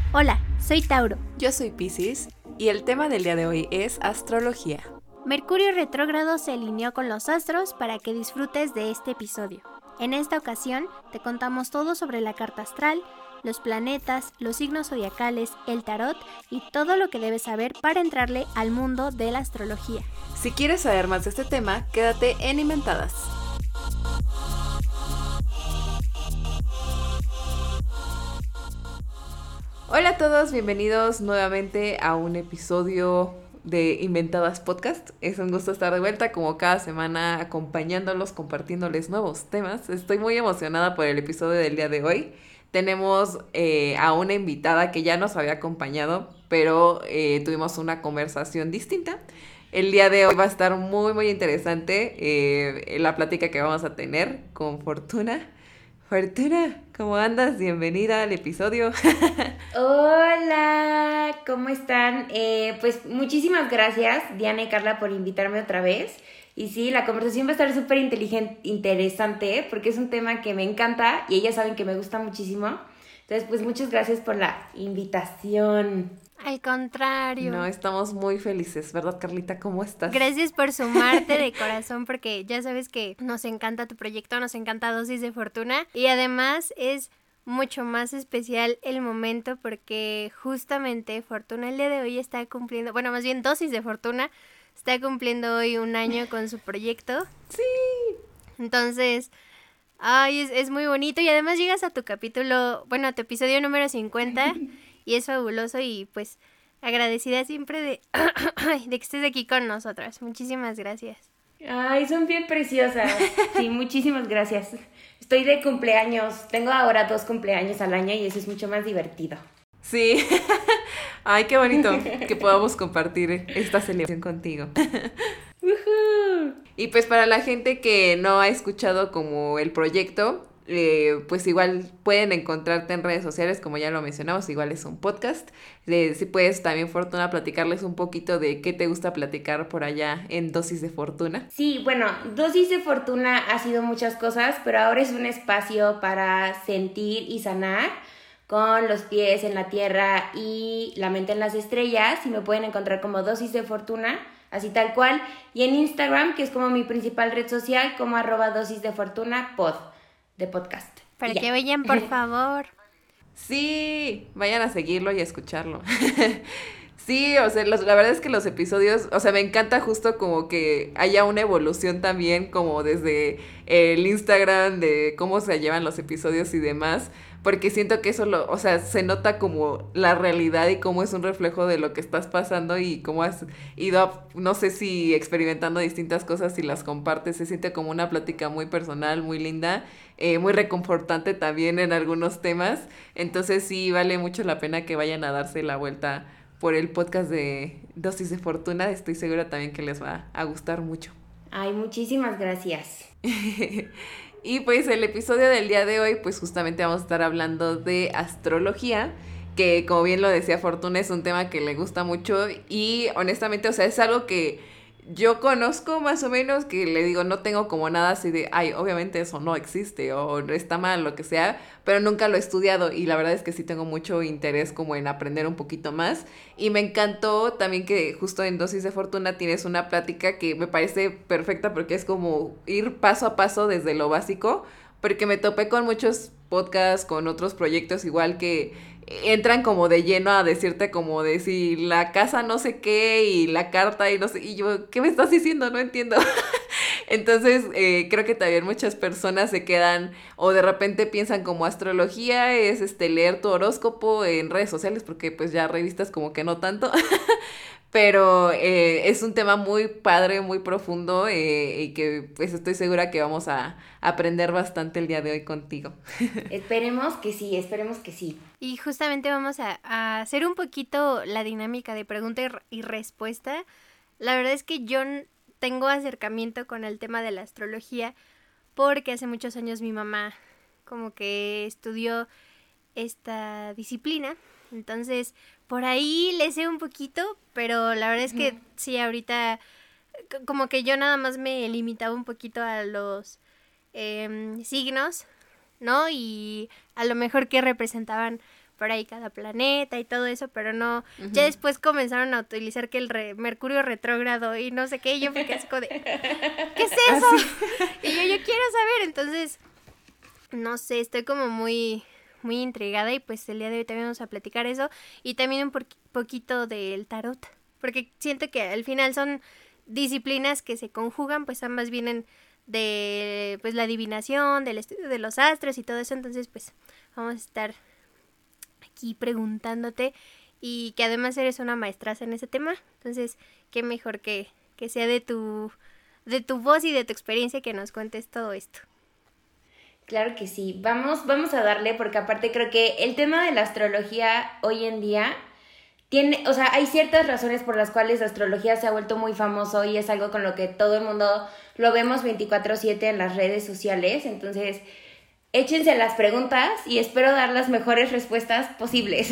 Hola, soy Tauro. Yo soy Piscis y el tema del día de hoy es astrología. Mercurio retrógrado se alineó con los astros para que disfrutes de este episodio. En esta ocasión te contamos todo sobre la carta astral, los planetas, los signos zodiacales, el tarot y todo lo que debes saber para entrarle al mundo de la astrología. Si quieres saber más de este tema, quédate en Inventadas. Hola a todos, bienvenidos nuevamente a un episodio de Inventadas Podcast. Es un gusto estar de vuelta como cada semana acompañándolos, compartiéndoles nuevos temas. Estoy muy emocionada por el episodio del día de hoy. Tenemos a una invitada que ya nos había acompañado, pero tuvimos una conversación distinta. El día de hoy va a estar muy interesante la plática que vamos a tener con Fortuna. Fortuna, ¿cómo andas? Bienvenida al episodio. Hola, ¿cómo están? Pues muchísimas gracias, Diana y Carla, por invitarme otra vez. Y sí, la conversación va a estar súper interesante porque es un tema que me encanta y ellas saben que me gusta muchísimo. Entonces, pues muchas gracias por la invitación. Al contrario. No, estamos muy felices, ¿verdad, Carlita? ¿Cómo estás? Gracias por sumarte de corazón porque ya sabes que nos encanta tu proyecto, nos encanta Dosis de Fortuna y además es mucho más especial el momento porque justamente Fortuna el día de hoy está cumpliendo, bueno, más bien Dosis de Fortuna está cumpliendo hoy 1 año con su proyecto. Sí. Entonces, ay, es muy bonito y además llegas a tu capítulo, bueno, a tu episodio número 50 y es fabuloso y pues agradecida siempre de que estés aquí con nosotras. Muchísimas gracias. Ay, son bien preciosas. Sí, muchísimas gracias. Estoy de cumpleaños. Tengo ahora 2 cumpleaños al año y eso es mucho más divertido. Sí. Ay, qué bonito que podamos compartir esta celebración contigo. ¡Woohoo! Y pues para la gente que no ha escuchado como el proyecto, pues igual pueden encontrarte en redes sociales, como ya lo mencionamos, igual es un podcast. Si puedes también, Fortuna, platicarles un poquito de qué te gusta platicar por allá en Dosis de Fortuna. Sí, bueno, Dosis de Fortuna ha sido muchas cosas, pero ahora es un espacio para sentir y sanar con los pies en la tierra y la mente en las estrellas. Y me pueden encontrar como Dosis de Fortuna, así tal cual. Y en Instagram, que es como mi principal red social, como @dosisdefortunapod. De podcast. Para que vayan, por favor. Sí, vayan a seguirlo y a escucharlo. Sí, o sea, la verdad es que los episodios, o sea, me encanta justo como que haya una evolución también, como desde el Instagram, de cómo se llevan los episodios y demás, porque siento que eso o sea, se nota como la realidad y cómo es un reflejo de lo que estás pasando y cómo has ido, no sé si experimentando distintas cosas y las compartes, se siente como una plática muy personal, muy linda, muy reconfortante también en algunos temas, entonces sí vale mucho la pena que vayan a darse la vuelta por el podcast de Dosis de Fortuna. Estoy segura también que les va a gustar mucho. Ay, muchísimas gracias. Y pues el episodio del día de hoy, pues justamente vamos a estar hablando de astrología, que como bien lo decía Fortuna, es un tema que le gusta mucho y honestamente, o sea, es algo que yo conozco más o menos, que le digo, no tengo como nada así de, ay, obviamente eso no existe o está mal, lo que sea, pero nunca lo he estudiado y la verdad es que sí tengo mucho interés como en aprender un poquito más y me encantó también que justo en Dosis de Fortuna tienes una plática que me parece perfecta porque es como ir paso a paso desde lo básico, porque me topé con muchos podcasts, con otros proyectos igual que entran como de lleno a decirte como de si la casa no sé qué y la carta y no sé, y yo, ¿qué me estás diciendo? No entiendo. Entonces creo que también muchas personas se quedan o de repente piensan como astrología es leer tu horóscopo en redes sociales, porque pues ya revistas como que no tanto. Pero es un tema muy padre, muy profundo y que pues estoy segura que vamos a aprender bastante el día de hoy contigo. Esperemos que sí, esperemos que sí. Y justamente vamos a hacer un poquito la dinámica de pregunta y respuesta. La verdad es que yo tengo acercamiento con el tema de la astrología porque hace muchos años mi mamá como que estudió esta disciplina. Entonces, por ahí le sé un poquito, pero la verdad es que sí, ahorita como que yo nada más me limitaba un poquito a los signos, ¿no? Y a lo mejor que representaban por ahí cada planeta y todo eso, pero no, ya después comenzaron a utilizar que el Mercurio retrógrado y no sé qué, y yo me quedé así como de, ¿qué es eso? Y yo quiero saber, entonces, no sé, estoy como muy intrigada y pues el día de hoy también vamos a platicar eso y también un poquito del tarot, porque siento que al final son disciplinas que se conjugan, pues ambas vienen de pues la adivinación, del estudio de los astros y todo eso, entonces pues vamos a estar aquí preguntándote y que además eres una maestraza en ese tema, entonces qué mejor que sea de tu voz y de tu experiencia que nos cuentes todo esto. Claro que sí, vamos a darle, porque aparte creo que el tema de la astrología hoy en día tiene, o sea, hay ciertas razones por las cuales la astrología se ha vuelto muy famoso y es algo con lo que todo el mundo lo vemos 24/7 en las redes sociales, entonces échense las preguntas y espero dar las mejores respuestas posibles.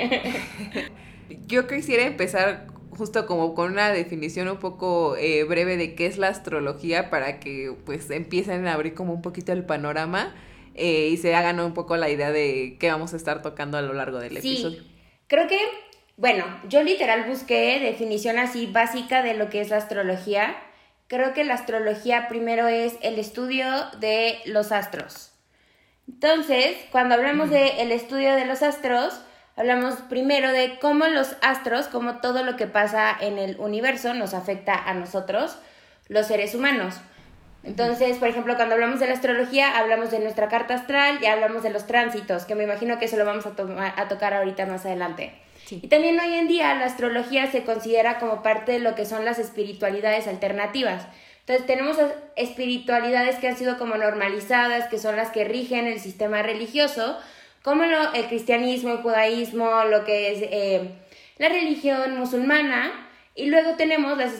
Yo quisiera empezar justo como con una definición un poco breve de qué es la astrología para que pues empiecen a abrir como un poquito el panorama y se hagan un poco la idea de qué vamos a estar tocando a lo largo del episodio. Creo que, bueno, yo literal busqué definición así básica de lo que es la astrología. Creo que la astrología primero es el estudio de los astros. Entonces, cuando hablamos del estudio de los astros, hablamos primero de cómo los astros, cómo todo lo que pasa en el universo nos afecta a nosotros, los seres humanos. Entonces, por ejemplo, cuando hablamos de la astrología, hablamos de nuestra carta astral y hablamos de los tránsitos, que me imagino que eso lo vamos a tocar ahorita más adelante. Sí. Y también hoy en día la astrología se considera como parte de lo que son las espiritualidades alternativas. Entonces tenemos espiritualidades que han sido como normalizadas, que son las que rigen el sistema religioso, como el cristianismo, el judaísmo, lo que es la religión musulmana, y luego tenemos las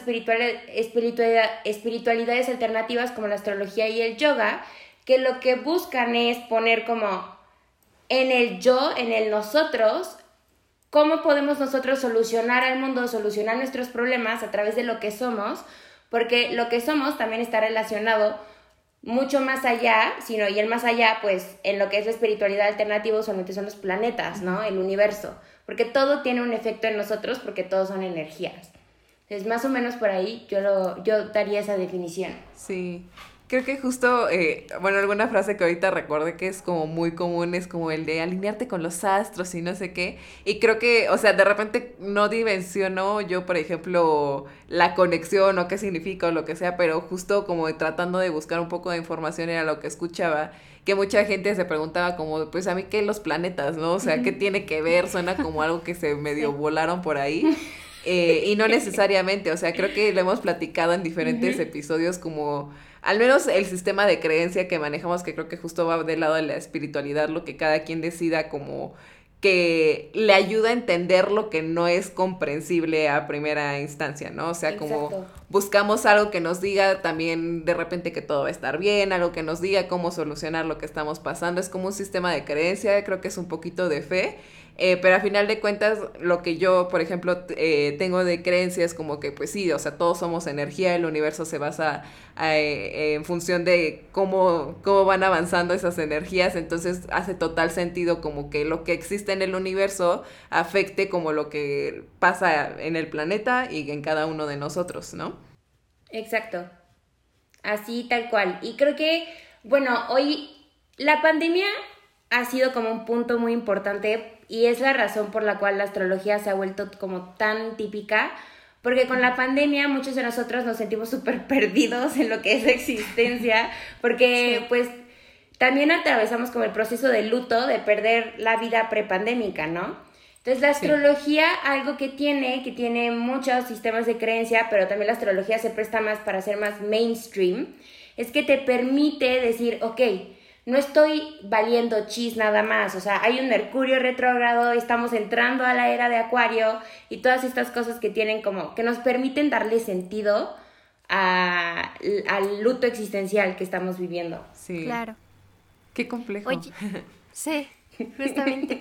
espiritualidades alternativas como la astrología y el yoga, que lo que buscan es poner como en el yo, en el nosotros, cómo podemos nosotros solucionar al mundo, solucionar nuestros problemas a través de lo que somos, porque lo que somos también está relacionado mucho más allá, y el más allá, pues, en lo que es la espiritualidad alternativa usualmente son los planetas, ¿no? El universo, porque todo tiene un efecto en nosotros, porque todos son energías. Entonces, más o menos por ahí yo daría esa definición. Sí, creo que justo, alguna frase que ahorita recordé que es como muy común es como el de alinearte con los astros y no sé qué, y creo que, o sea, de repente no dimensiono yo, por ejemplo, la conexión o qué significa o lo que sea, pero justo como tratando de buscar un poco de información era lo que escuchaba, que mucha gente se preguntaba como, pues a mí qué los planetas, ¿no? O sea, ¿qué tiene que ver? Suena como algo que se medio volaron por ahí. Y no necesariamente, o sea, creo que lo hemos platicado en diferentes episodios como, al menos el sistema de creencia que manejamos, que creo que justo va del lado de la espiritualidad, lo que cada quien decida como que le ayuda a entender lo que no es comprensible a primera instancia, ¿no? O sea, como buscamos algo que nos diga también de repente que todo va a estar bien, algo que nos diga cómo solucionar lo que estamos pasando, es como un sistema de creencia, creo que es un poquito de fe. Pero a final de cuentas, lo que yo, por ejemplo, tengo de creencias como que, pues sí, o sea, todos somos energía, el universo se basa en función de cómo van avanzando esas energías, entonces hace total sentido como que lo que existe en el universo afecte como lo que pasa en el planeta y en cada uno de nosotros, ¿no? Exacto, así tal cual. Y creo que, bueno, hoy la pandemia ha sido como un punto muy importante y es la razón por la cual la astrología se ha vuelto como tan típica, porque con la pandemia muchos de nosotros nos sentimos súper perdidos en lo que es la existencia, porque pues también atravesamos como el proceso de luto, de perder la vida prepandémica, ¿no? Entonces la astrología, algo que tiene muchos sistemas de creencia, pero también la astrología se presta más para ser más mainstream, es que te permite decir, ok, no estoy valiendo chis nada más, o sea, hay un Mercurio retrógrado, estamos entrando a la era de Acuario y todas estas cosas que tienen como, que nos permiten darle sentido al luto existencial que estamos viviendo. Sí. Claro. Qué complejo. Oye, sí, justamente.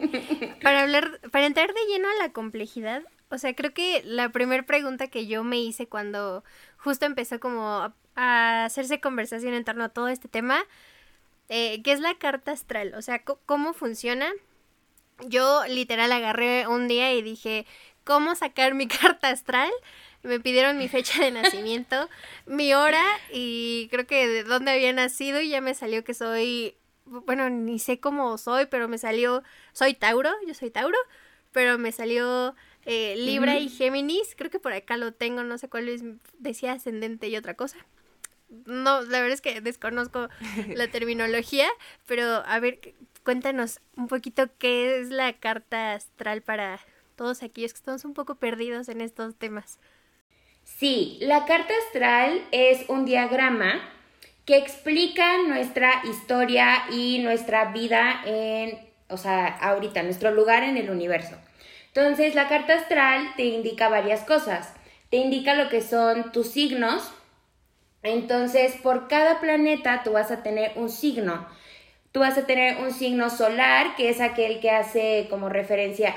Para entrar de lleno a la complejidad, o sea, creo que la primera pregunta que yo me hice cuando justo empezó como a hacerse conversación en torno a todo este tema, ¿qué es la carta astral? O sea, ¿cómo funciona? Yo literal agarré un día y dije, ¿cómo sacar mi carta astral? Me pidieron mi fecha de nacimiento, mi hora y creo que de dónde había nacido y ya me salió que soy, bueno, ni sé cómo soy, pero me salió, soy Tauro, yo soy Tauro, pero me salió Libra y Géminis, creo que por acá lo tengo, no sé cuál es, decía ascendente y otra cosa. No, la verdad es que desconozco la terminología, pero a ver, cuéntanos un poquito qué es la carta astral para todos aquellos que estamos un poco perdidos en estos temas. Sí, la carta astral es un diagrama que explica nuestra historia y nuestra vida ahorita, nuestro lugar en el universo. Entonces, la carta astral te indica varias cosas. Te indica lo que son tus signos. Entonces, por cada planeta tú vas a tener un signo. Tú vas a tener un signo solar, que es aquel que hace como referencia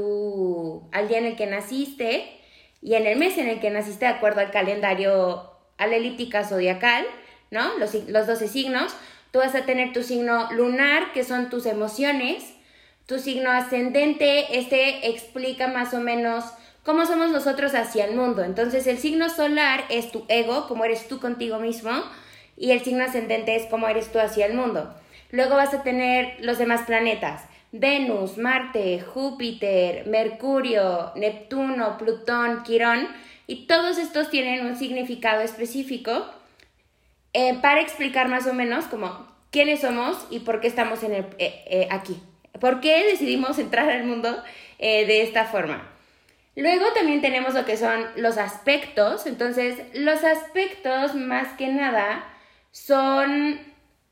al día en el que naciste y en el mes en el que naciste de acuerdo al calendario, a la elíptica zodiacal, ¿no? Los 12 signos. Tú vas a tener tu signo lunar, que son tus emociones. Tu signo ascendente, explica más o menos cómo somos nosotros hacia el mundo. Entonces, el signo solar es tu ego, cómo eres tú contigo mismo, y el signo ascendente es cómo eres tú hacia el mundo. Luego vas a tener los demás planetas: Venus, Marte, Júpiter, Mercurio, Neptuno, Plutón, Quirón, y todos estos tienen un significado específico para explicar más o menos como quiénes somos y por qué estamos aquí. ¿Por qué decidimos entrar al mundo de esta forma? Luego también tenemos lo que son los aspectos. Entonces, los aspectos más que nada son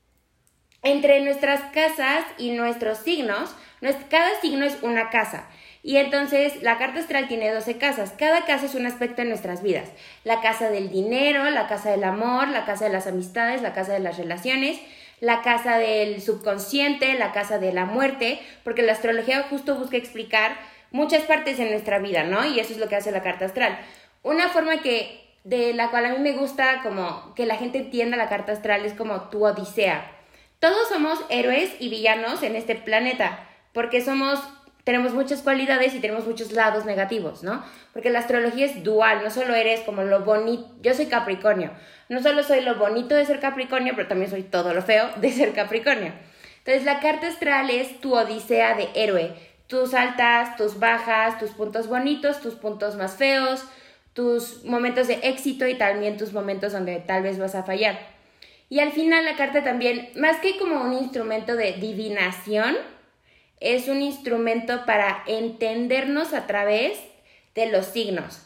entre nuestras casas y nuestros signos. Cada signo es una casa. Y entonces la carta astral tiene 12 casas. Cada casa es un aspecto en nuestras vidas. La casa del dinero, la casa del amor, la casa de las amistades, la casa de las relaciones, la casa del subconsciente, la casa de la muerte, porque la astrología justo busca explicar muchas partes en nuestra vida, ¿no? Y eso es lo que hace la carta astral. Una forma de la cual a mí me gusta como que la gente entienda la carta astral es como tu odisea. Todos somos héroes y villanos en este planeta, porque tenemos muchas cualidades y tenemos muchos lados negativos, ¿no? Porque la astrología es dual, no solo eres como lo bonito, yo soy Capricornio, no solo soy lo bonito de ser Capricornio, pero también soy todo lo feo de ser Capricornio. Entonces la carta astral es tu odisea de héroe, tus altas, tus bajas, tus puntos bonitos, tus puntos más feos, tus momentos de éxito y también tus momentos donde tal vez vas a fallar. Y al final la carta también, más que como un instrumento de divinación, es un instrumento para entendernos a través de los signos.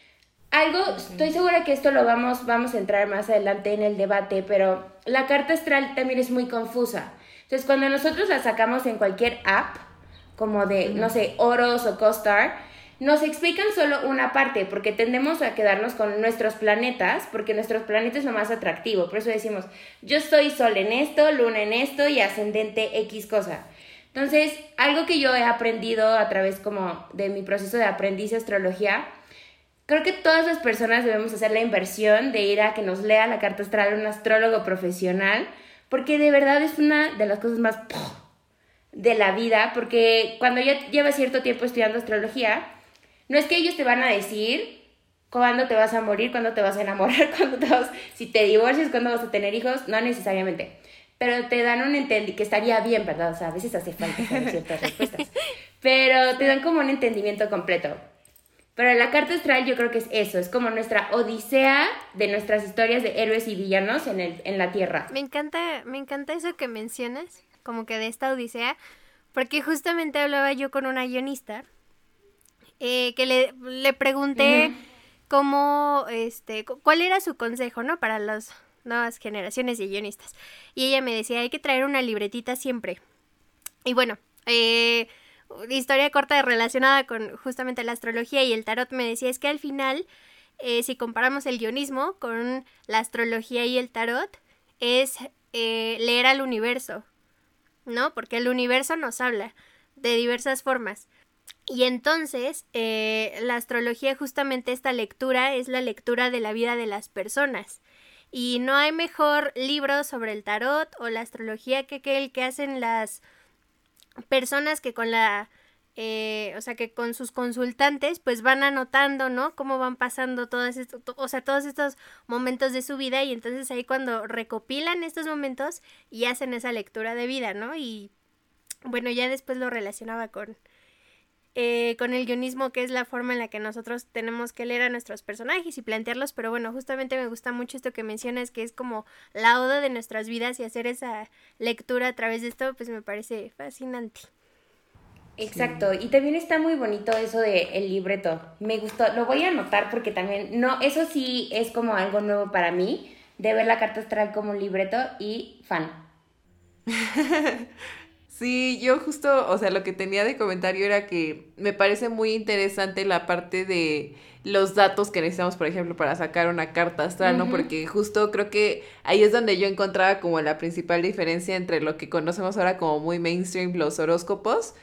Estoy segura que esto lo vamos a entrar más adelante en el debate, pero la carta astral también es muy confusa. Entonces, cuando nosotros la sacamos en cualquier app, como de, no sé, Oros o CoStar, nos explican solo una parte, porque tendemos a quedarnos con nuestros planetas, porque nuestros planetas es lo más atractivo. Por eso decimos, yo soy Sol en esto, Luna en esto y ascendente X cosa. Entonces, algo que yo he aprendido a través como de mi proceso de aprendiz de astrología, creo que todas las personas debemos hacer la inversión de ir a que nos lea la carta astral un astrólogo profesional, porque de verdad es una de las cosas más de la vida, porque cuando ya llevas cierto tiempo estudiando astrología, no es que ellos te van a decir cuándo te vas a morir, cuándo te vas a enamorar, si te divorcias, cuándo vas a tener hijos, no necesariamente. Pero te dan un entendimiento, que estaría bien, ¿verdad? O sea, a veces hace falta saber ciertas respuestas. Pero te dan como un entendimiento completo. Pero la carta astral yo creo que es eso, es como nuestra odisea de nuestras historias de héroes y villanos en la Tierra. Me encanta eso que mencionas, como que de esta odisea, porque justamente hablaba yo con una guionista, que le pregunté cómo, cuál era su consejo, ¿no? Para las nuevas generaciones de guionistas. Y ella me decía, hay que traer una libretita siempre. Y bueno, historia corta relacionada con justamente la astrología y el tarot, me decía, es que al final, si comparamos el guionismo con la astrología y el tarot, es leer al universo, ¿no? Porque el universo nos habla de diversas formas. Y entonces, la astrología, justamente esta lectura, es la lectura de la vida de las personas. Y no hay mejor libro sobre el tarot o la astrología que el que hacen las personas que con o sea, que con sus consultantes, pues van anotando, ¿no? Cómo van pasando todos estos momentos de su vida, y entonces ahí cuando recopilan estos momentos y hacen esa lectura de vida, ¿no? Y bueno, ya después lo relacionaba con el guionismo, que es la forma en la que nosotros tenemos que leer a nuestros personajes y plantearlos, pero bueno, justamente me gusta mucho esto que mencionas, que es como la oda de nuestras vidas, y hacer esa lectura a través de esto, pues me parece fascinante. Exacto, y también está muy bonito eso de el libreto. Me gustó, lo voy a anotar porque también, no, eso sí es como algo nuevo para mí, de ver la carta astral como un libreto, y fan. Sí, yo justo, o sea, lo que tenía de comentario era que me parece muy interesante la parte de los datos que necesitamos, por ejemplo, para sacar una carta astral, ¿no? Porque justo creo que ahí es donde yo encontraba como la principal diferencia entre lo que conocemos ahora como muy mainstream, los horóscopos,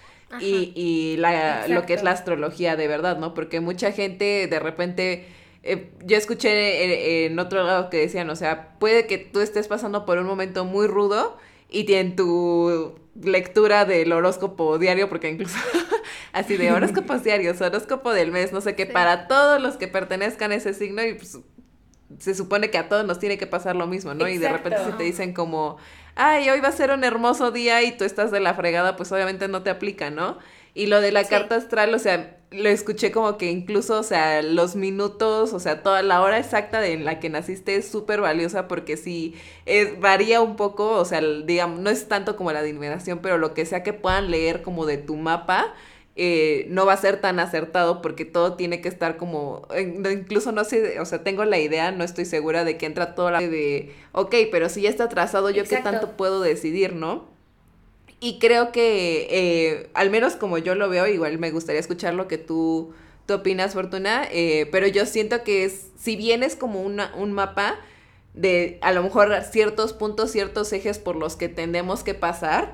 y lo que es la astrología de verdad, ¿no? Porque mucha gente de repente... yo escuché en otro lado que decían, o sea, puede que tú estés pasando por un momento muy rudo y en tu lectura del horóscopo diario, porque incluso así de horóscopos diarios, horóscopo del mes, no sé qué, para todos los que pertenezcan a ese signo, y pues se supone que a todos nos tiene que pasar lo mismo, ¿no? Exacto. Y de repente si te dicen como, ay, hoy va a ser un hermoso día y tú estás de la fregada, pues obviamente no te aplica, ¿no? Y lo de la carta astral, o sea, lo escuché como que incluso, o sea, los minutos, o sea, toda la hora exacta en la que naciste es súper valiosa, porque sí, varía un poco, o sea, digamos, no es tanto como la adivinación, pero lo que sea que puedan leer como de tu mapa, no va a ser tan acertado, porque todo tiene que estar como, incluso no sé, o sea, tengo la idea, no estoy segura de que entra toda la de, ok, pero si ya está trazado, ¿yo qué tanto puedo decidir, no? Y creo que, al menos como yo lo veo, igual me gustaría escuchar lo que tú opinas, Fortuna, pero yo siento que si bien es como un mapa de a lo mejor ciertos puntos, ciertos ejes por los que tendemos que pasar,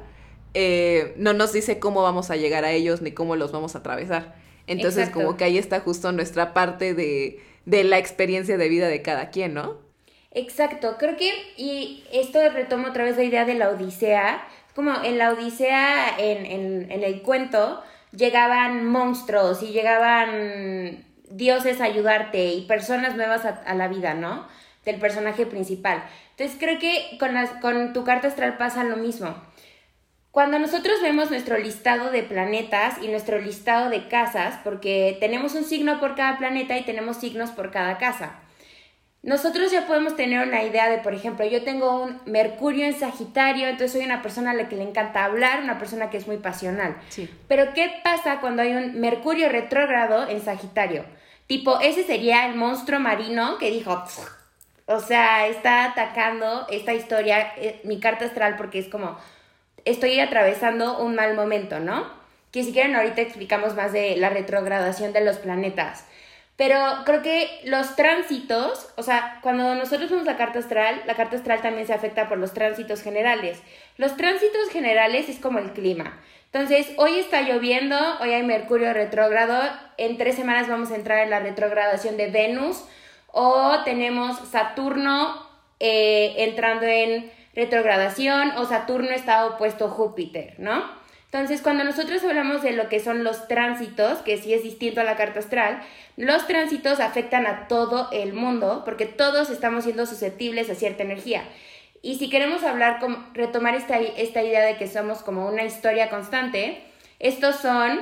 no nos dice cómo vamos a llegar a ellos ni cómo los vamos a atravesar. Entonces como que ahí está justo nuestra parte de la experiencia de vida de cada quien, ¿no? Exacto, creo que, y esto retoma otra vez la idea de la Odisea. Como en la Odisea, en el cuento, llegaban monstruos y llegaban dioses a ayudarte y personas nuevas a la vida, ¿no? Del personaje principal. Entonces creo que con tu carta astral pasa lo mismo. Cuando nosotros vemos nuestro listado de planetas y nuestro listado de casas, porque tenemos un signo por cada planeta y tenemos signos por cada casa, nosotros ya podemos tener una idea de, por ejemplo, yo tengo un Mercurio en Sagitario, entonces soy una persona a la que le encanta hablar, una persona que es muy pasional. Sí. Pero ¿qué pasa cuando hay un Mercurio retrógrado en Sagitario? Tipo, ese sería el monstruo marino que dijo, o sea, está atacando esta historia, mi carta astral, porque es como, estoy atravesando un mal momento, ¿no? Que si quieren ahorita explicamos más de la retrogradación de los planetas. Pero creo que los tránsitos, o sea, cuando nosotros vemos la carta astral también se afecta por los tránsitos generales. Los tránsitos generales es como el clima. Entonces, hoy está lloviendo, hoy hay Mercurio retrógrado, en 3 semanas vamos a entrar en la retrogradación de Venus, o tenemos Saturno entrando en retrogradación, o Saturno está opuesto a Júpiter, ¿no? Entonces, cuando nosotros hablamos de lo que son los tránsitos, que sí es distinto a la carta astral, los tránsitos afectan a todo el mundo porque todos estamos siendo susceptibles a cierta energía. Y si queremos retomar esta idea de que somos como una historia constante, estos son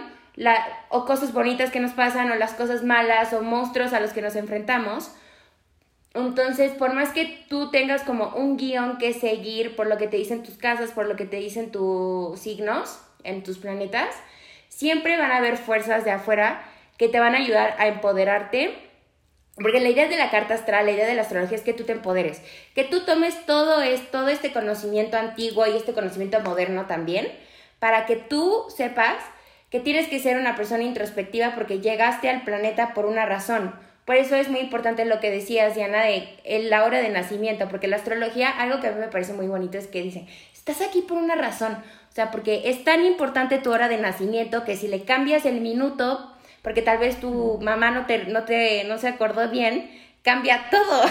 o cosas bonitas que nos pasan, o las cosas malas, o monstruos a los que nos enfrentamos. Entonces, por más que tú tengas como un guión que seguir por lo que te dicen tus casas, por lo que te dicen tus signos en tus planetas, siempre van a haber fuerzas de afuera que te van a ayudar a empoderarte, porque la idea de la carta astral, la idea de la astrología es que tú te empoderes, que tú tomes todo este conocimiento antiguo y este conocimiento moderno también, para que tú sepas que tienes que ser una persona introspectiva porque llegaste al planeta por una razón. Por eso es muy importante lo que decías, Diana, de la hora de nacimiento, porque la astrología, algo que a mí me parece muy bonito es que dice, estás aquí por una razón. O sea, porque es tan importante tu hora de nacimiento que si le cambias el minuto, porque tal vez tu mamá no se acordó bien, cambia todo.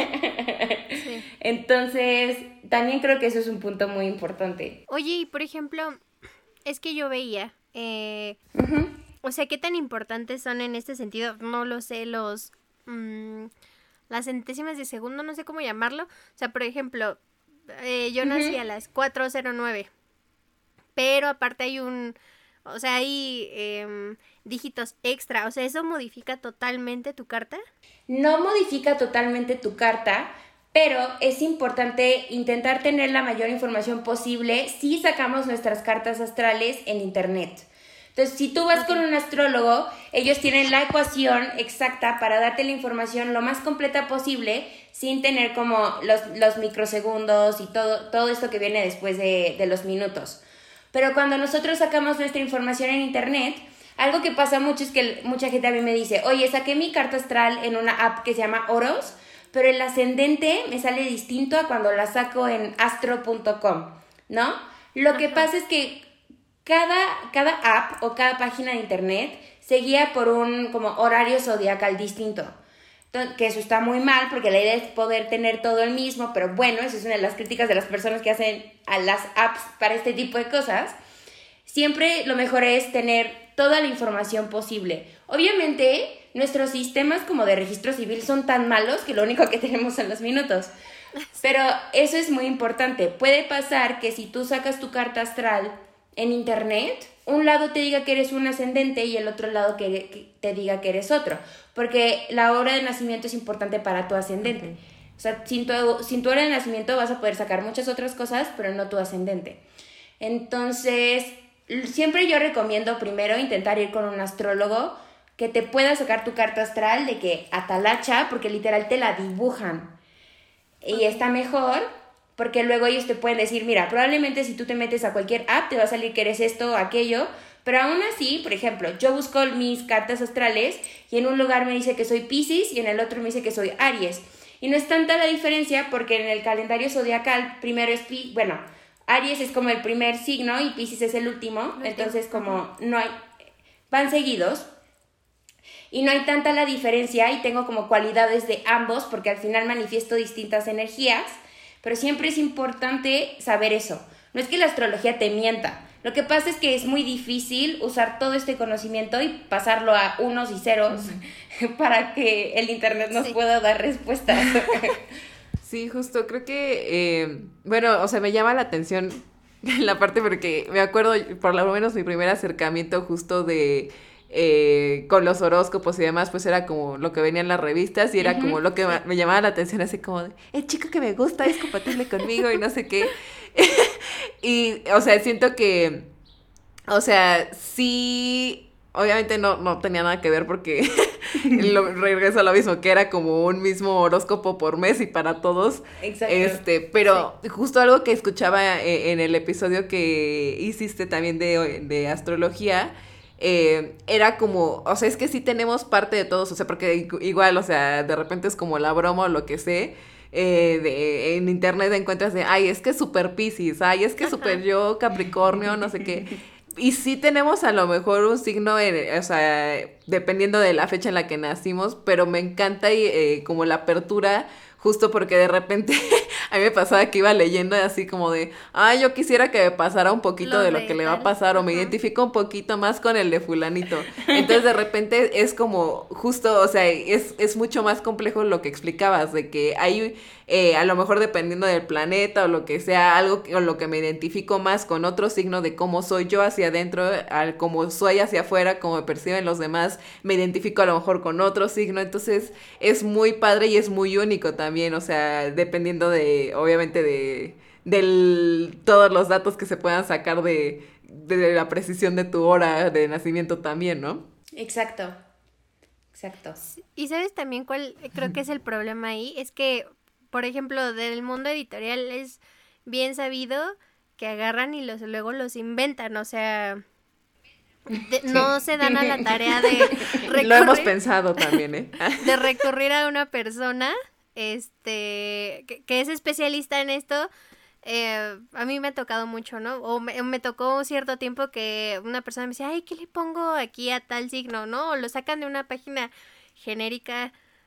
Sí. Entonces, también creo que eso es un punto muy importante. Oye, y por ejemplo, Es que yo veía, o sea, qué tan importantes son en este sentido, no lo sé, las centésimas de segundo, no sé cómo llamarlo. O sea, por ejemplo, yo nací a las 4:09, pero aparte hay hay dígitos extra. O sea, ¿eso modifica totalmente tu carta? No modifica totalmente tu carta, pero es importante intentar tener la mayor información posible si sacamos nuestras cartas astrales en internet. Entonces, si tú vas con un astrólogo, ellos tienen la ecuación exacta para darte la información lo más completa posible, sin tener como los microsegundos y todo esto que viene después de los minutos. Pero cuando nosotros sacamos nuestra información en internet, algo que pasa mucho es que mucha gente a mí me dice, oye, saqué mi carta astral en una app que se llama Oros, pero el ascendente me sale distinto a cuando la saco en astro.com, ¿no? Lo que pasa es que cada app o cada página de internet se guía por un como horario zodiacal distinto. Entonces, que eso está muy mal porque la idea es poder tener todo el mismo, pero bueno, eso es una de las críticas de las personas que hacen a las apps para este tipo de cosas. Siempre lo mejor es tener toda la información posible. Obviamente, nuestros sistemas como de registro civil son tan malos que lo único que tenemos son los minutos. Pero eso es muy importante. Puede pasar que si tú sacas tu carta astral en internet, un lado te diga que eres un ascendente y el otro lado que te diga que eres otro, porque la hora de nacimiento es importante para tu ascendente. Okay. O sea, sin tu hora de nacimiento vas a poder sacar muchas otras cosas, pero no tu ascendente. Entonces, siempre yo recomiendo primero intentar ir con un astrólogo que te pueda sacar tu carta astral de que atalacha, porque literal te la dibujan. Y está mejor porque luego ellos te pueden decir, mira, probablemente si tú te metes a cualquier app te va a salir que eres esto o aquello, pero aún así, por ejemplo, yo busco mis cartas astrales y en un lugar me dice que soy Piscis y en el otro me dice que soy Aries. Y no es tanta la diferencia porque en el calendario zodiacal primero es Aries es como el primer signo y Piscis es el último, entonces como no hay, van seguidos y no hay tanta la diferencia y tengo como cualidades de ambos porque al final manifiesto distintas energías. Pero siempre es importante saber eso. No es que la astrología te mienta. Lo que pasa es que es muy difícil usar todo este conocimiento y pasarlo a unos y ceros para que el internet nos pueda dar respuestas. Sí, justo. Creo que, me llama la atención la parte porque me acuerdo, por lo menos mi primer acercamiento justo de... con los horóscopos y demás, pues era como lo que venía en las revistas y era como lo que me llamaba la atención, así como de, el chico que me gusta es compatible conmigo y no sé qué. Y, o sea, siento que, o sea, sí, obviamente no tenía nada que ver porque regreso a lo mismo, que era como un mismo horóscopo por mes y para todos. Exacto. Pero justo algo que escuchaba en el episodio que hiciste también de astrología, era como, o sea, es que sí tenemos parte de todos, o sea, porque igual, o sea, de repente es como la broma o lo que sé, en internet encuentras de, ay, es que es súper Piscis, ay, es que súper yo Capricornio, no sé qué, y sí tenemos a lo mejor un signo, o sea, dependiendo de la fecha en la que nacimos, pero me encanta como la apertura, justo porque de repente a mí me pasaba que iba leyendo así como de, ay, yo quisiera que me pasara un poquito de lo que le va a pasar, o me identifico un poquito más con el de fulanito. Entonces de repente es como justo, o sea, es mucho más complejo lo que explicabas, de que hay, a lo mejor dependiendo del planeta o lo que sea, algo con lo que me identifico más con otro signo de cómo soy yo hacia adentro, al cómo soy hacia afuera, cómo me perciben los demás, me identifico a lo mejor con otro signo, entonces es muy padre y es muy único también, o sea, dependiendo de, obviamente de todos los datos que se puedan sacar de la precisión de tu hora de nacimiento también, ¿no? Exacto. Y ¿sabes también cuál creo que es el problema ahí? Es que, por ejemplo, del mundo editorial es bien sabido que agarran y luego los inventan, o sea, no se dan a la tarea de recurrir, lo hemos pensado también, de recurrir a una persona que es especialista en esto. A mí me ha tocado mucho, ¿no? O me tocó cierto tiempo que una persona me decía, ay, ¿qué le pongo aquí a tal signo, no? O lo sacan de una página genérica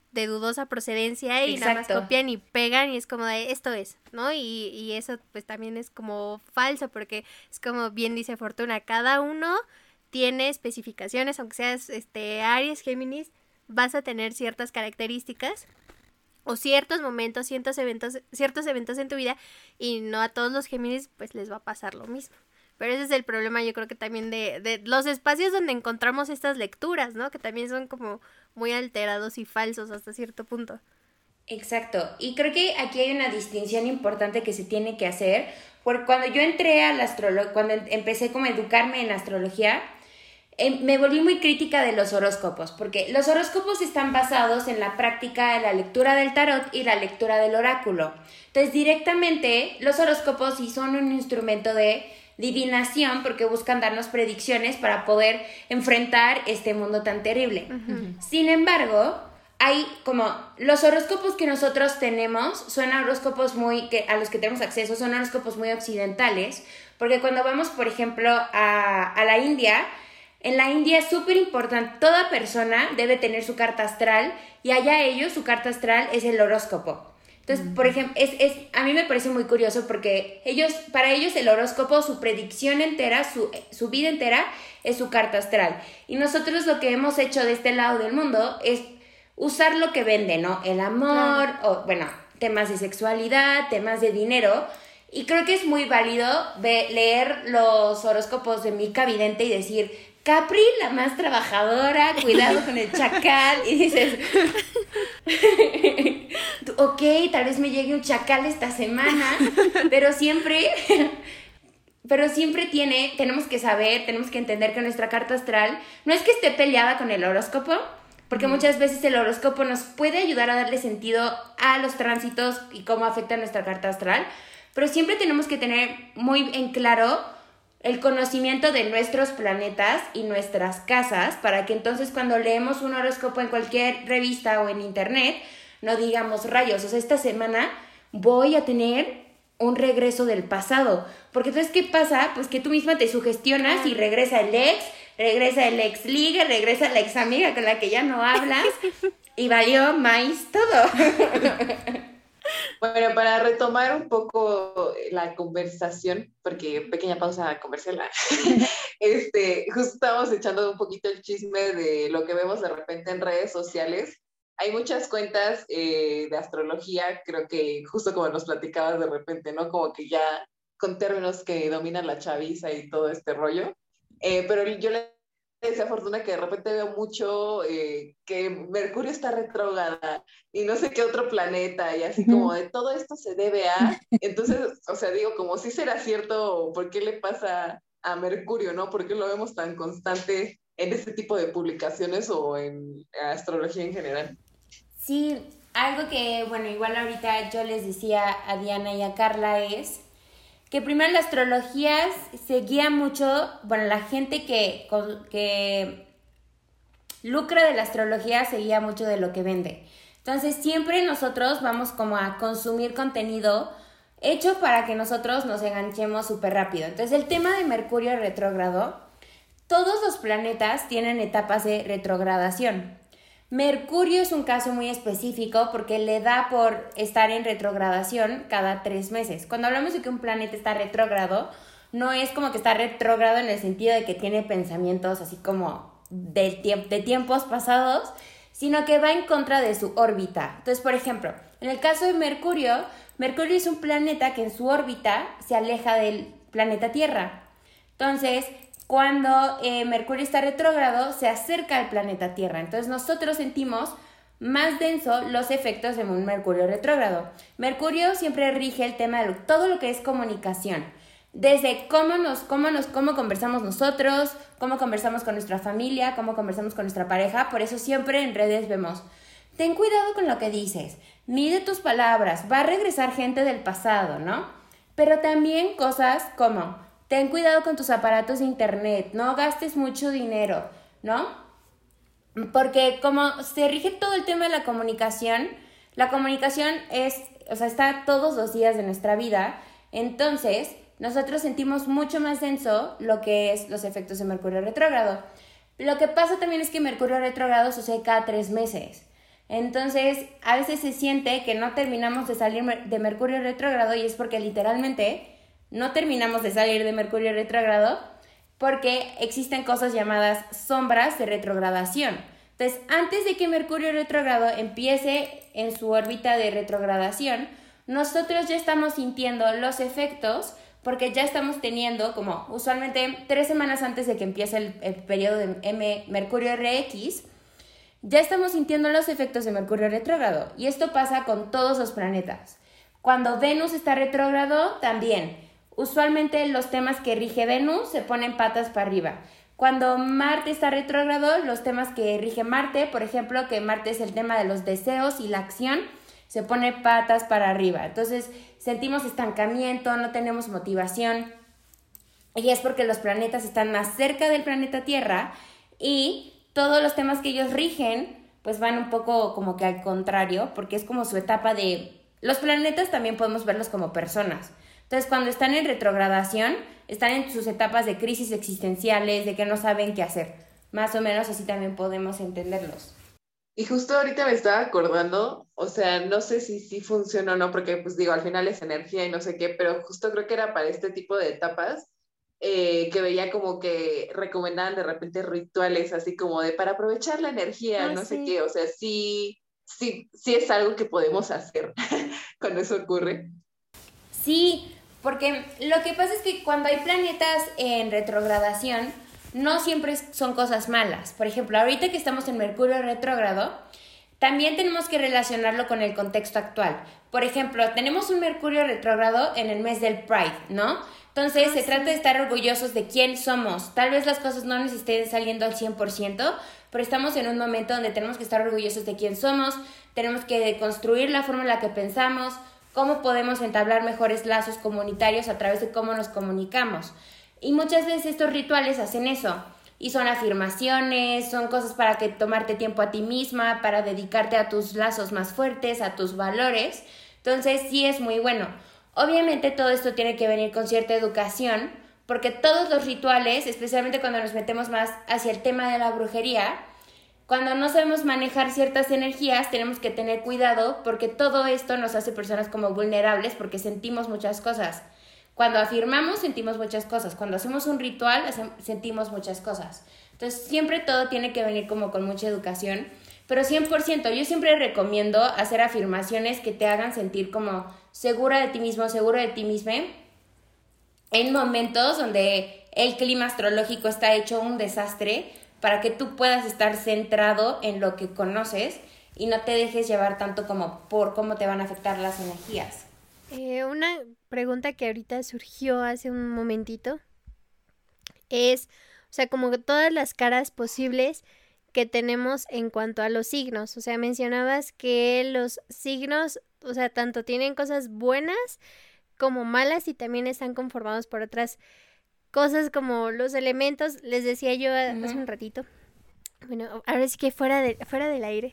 de dudosa procedencia y nada más Exacto. copian y pegan y es como de esto es, ¿no? Y eso pues también es como falso porque es como bien dice Fortuna, cada uno tiene especificaciones, aunque seas Aries, Géminis, vas a tener ciertas características o ciertos momentos, ciertos eventos en tu vida y no a todos los Géminis pues les va a pasar lo mismo. Pero ese es el problema, yo creo que también de los espacios donde encontramos estas lecturas, ¿no? Que también son como muy alterados y falsos hasta cierto punto. Exacto, y creo que aquí hay una distinción importante que se tiene que hacer, porque cuando yo entré a la astrología, cuando empecé como a educarme en astrología, me volví muy crítica de los horóscopos, porque los horóscopos están basados en la práctica de la lectura del tarot y la lectura del oráculo. Entonces, directamente, los horóscopos sí son un instrumento de divinación porque buscan darnos predicciones para poder enfrentar este mundo tan terrible. Uh-huh. Sin embargo, hay como los horóscopos que nosotros tenemos son horóscopos a los que tenemos acceso, son horóscopos muy occidentales, porque cuando vamos, por ejemplo, a la India, en la India es súper importante, toda persona debe tener su carta astral y allá ellos, su carta astral es el horóscopo. Entonces, por ejemplo, a mí me parece muy curioso porque para ellos el horóscopo, su predicción entera, su vida entera es su carta astral. Y nosotros lo que hemos hecho de este lado del mundo es usar lo que vende, ¿no? El amor, o bueno, temas de sexualidad, temas de dinero. Y creo que es muy válido leer los horóscopos de Mica Vidente y decir, Capri, la más trabajadora, cuidado con el chacal. Y dices, ok, tal vez me llegue un chacal esta semana, pero siempre tenemos que saber, tenemos que entender que nuestra carta astral no es que esté peleada con el horóscopo, porque muchas veces el horóscopo nos puede ayudar a darle sentido a los tránsitos y cómo afecta nuestra carta astral, pero siempre tenemos que tener muy en claro el conocimiento de nuestros planetas y nuestras casas para que entonces cuando leemos un horóscopo en cualquier revista o en internet no digamos rayos, o sea, esta semana voy a tener un regreso del pasado, porque entonces ¿qué pasa? Pues que tú misma te sugestionas y regresa el ex ligue, regresa la ex amiga con la que ya no hablas y valió maíz todo. Bueno, para retomar un poco la conversación, porque pequeña pausa comercial, justo estábamos echando un poquito el chisme de lo que vemos de repente en redes sociales. Hay muchas cuentas de astrología, creo que justo como nos platicabas de repente, ¿no? Como que ya con términos que dominan la chaviza y todo este rollo. Pero yo le decía a Fortuna que de repente veo mucho que Mercurio está retrógrada y no sé qué otro planeta y así como de todo esto se debe a... Entonces, o sea, digo, como si será cierto, ¿por qué le pasa a Mercurio, no? ¿Por qué lo vemos tan constante en este tipo de publicaciones o en astrología en general? Sí, algo que, bueno, igual ahorita yo les decía a Diana y a Carla es que primero la astrología se guía mucho, bueno, la gente que lucra de la astrología se guía mucho de lo que vende. Entonces siempre nosotros vamos como a consumir contenido hecho para que nosotros nos enganchemos súper rápido. Entonces el tema de Mercurio retrógrado, todos los planetas tienen etapas de retrogradación. Mercurio es un caso muy específico porque le da por estar en retrogradación cada 3 meses. Cuando hablamos de que un planeta está retrógrado, no es como que está retrógrado en el sentido de que tiene pensamientos así como de tiempos pasados, sino que va en contra de su órbita. Entonces, por ejemplo, en el caso de Mercurio, Mercurio es un planeta que en su órbita se aleja del planeta Tierra. Entonces, cuando Mercurio está retrógrado, se acerca al planeta Tierra. Entonces nosotros sentimos más denso los efectos de un Mercurio retrógrado. Mercurio siempre rige el tema de todo lo que es comunicación. Desde cómo conversamos nosotros, cómo conversamos con nuestra familia, cómo conversamos con nuestra pareja. Por eso siempre en redes vemos, ten cuidado con lo que dices, mide tus palabras, va a regresar gente del pasado, ¿no? Pero también cosas como... ten cuidado con tus aparatos de internet, no gastes mucho dinero, ¿no? Porque como se rige todo el tema de la comunicación está todos los días de nuestra vida, entonces nosotros sentimos mucho más denso lo que es los efectos de Mercurio retrógrado. Lo que pasa también es que Mercurio retrógrado sucede cada 3 meses. Entonces, a veces se siente que no terminamos de salir de Mercurio retrógrado y es porque literalmente no terminamos de salir de Mercurio retrógrado porque existen cosas llamadas sombras de retrogradación. Entonces, antes de que Mercurio retrógrado empiece en su órbita de retrogradación, nosotros ya estamos sintiendo los efectos porque ya estamos teniendo, como usualmente 3 semanas antes de que empiece el periodo de Mercurio RX, ya estamos sintiendo los efectos de Mercurio retrógrado. Y esto pasa con todos los planetas. Cuando Venus está retrógrado, también. Usualmente los temas que rige Venus se ponen patas para arriba. Cuando Marte está retrógrado, los temas que rige Marte, por ejemplo, que Marte es el tema de los deseos y la acción, se pone patas para arriba. Entonces sentimos estancamiento, no tenemos motivación. Y es porque los planetas están más cerca del planeta Tierra y todos los temas que ellos rigen pues van un poco como que al contrario, porque es como su etapa de... Los planetas también podemos verlos como personas. Entonces, cuando están en retrogradación, están en sus etapas de crisis existenciales, de que no saben qué hacer. Más o menos así también podemos entenderlos. Y justo ahorita me estaba acordando, o sea, no sé si sí funciona o no, porque pues digo, al final es energía y no sé qué, pero justo creo que era para este tipo de etapas que veía como que recomendaban de repente rituales así como de para aprovechar la energía, no sé qué, o sea, sí es algo que podemos hacer cuando eso ocurre. Sí, porque lo que pasa es que cuando hay planetas en retrogradación, no siempre son cosas malas. Por ejemplo, ahorita que estamos en Mercurio retrógrado, también tenemos que relacionarlo con el contexto actual. Por ejemplo, tenemos un Mercurio retrógrado en el mes del Pride, ¿no? Entonces, se trata de estar orgullosos de quién somos. Tal vez las cosas no nos estén saliendo al 100%, pero estamos en un momento donde tenemos que estar orgullosos de quién somos, tenemos que construir la forma en la que pensamos, cómo podemos entablar mejores lazos comunitarios a través de cómo nos comunicamos. Y muchas veces estos rituales hacen eso. Y son afirmaciones, son cosas para que tomarte tiempo a ti misma, para dedicarte a tus lazos más fuertes, a tus valores. Entonces sí es muy bueno. Obviamente todo esto tiene que venir con cierta educación, porque todos los rituales, especialmente cuando nos metemos más hacia el tema de la brujería, cuando no sabemos manejar ciertas energías, tenemos que tener cuidado porque todo esto nos hace personas como vulnerables porque sentimos muchas cosas. Cuando afirmamos, sentimos muchas cosas. Cuando hacemos un ritual, sentimos muchas cosas. Entonces, siempre todo tiene que venir como con mucha educación. Pero 100%, yo siempre recomiendo hacer afirmaciones que te hagan sentir como segura de ti mismo, seguro de ti misma, en momentos donde el clima astrológico está hecho un desastre, para que tú puedas estar centrado en lo que conoces y no te dejes llevar tanto como por cómo te van a afectar las energías. Una pregunta que ahorita surgió hace un momentito es, o sea, como que todas las caras posibles que tenemos en cuanto a los signos. O sea, mencionabas que los signos, o sea, tanto tienen cosas buenas como malas y también están conformados por otras cosas como los elementos. Les decía yo hace un ratito. Bueno, ahora sí que fuera del aire.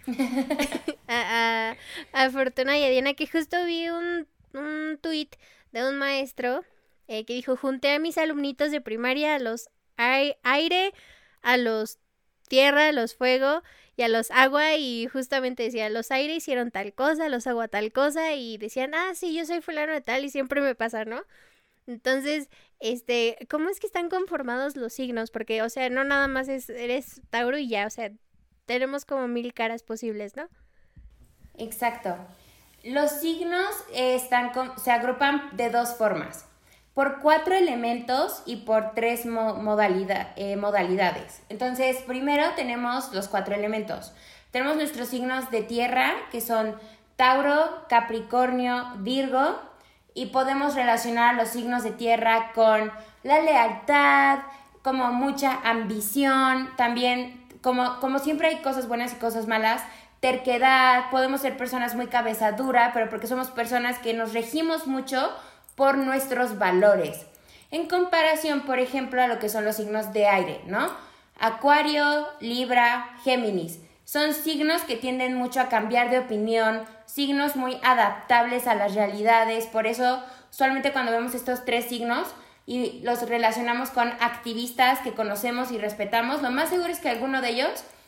a Fortuna y a Diana, que justo vi un tuit de un maestro que dijo: junté a mis alumnitos de primaria, a los aire, a los tierra, a los fuego y a los agua, y justamente decía, los aire hicieron tal cosa, los agua tal cosa, y decían, sí, yo soy fulano de tal y siempre me pasa, ¿no? Entonces, ¿cómo es que están conformados los signos? Porque, o sea, no nada más eres Tauro y ya, o sea, tenemos como 1000 caras posibles, ¿no? Exacto. Los signos se agrupan de 2 formas, por 4 elementos y por 3 modalidades. Entonces, primero tenemos los 4 elementos. Tenemos nuestros signos de tierra, que son Tauro, Capricornio, Virgo, y podemos relacionar los signos de tierra con la lealtad, como mucha ambición, también, como siempre hay cosas buenas y cosas malas, terquedad, podemos ser personas muy cabeza dura, pero porque somos personas que nos regimos mucho por nuestros valores. En comparación, por ejemplo, a lo que son los signos de aire, ¿no? Acuario, Libra, Géminis. Son signos que tienden mucho a cambiar de opinión, signos muy adaptables a las realidades. Por eso, usualmente cuando vemos estos 3 signos y los relacionamos con activistas que conocemos y respetamos, lo más seguro es que alguno de ellos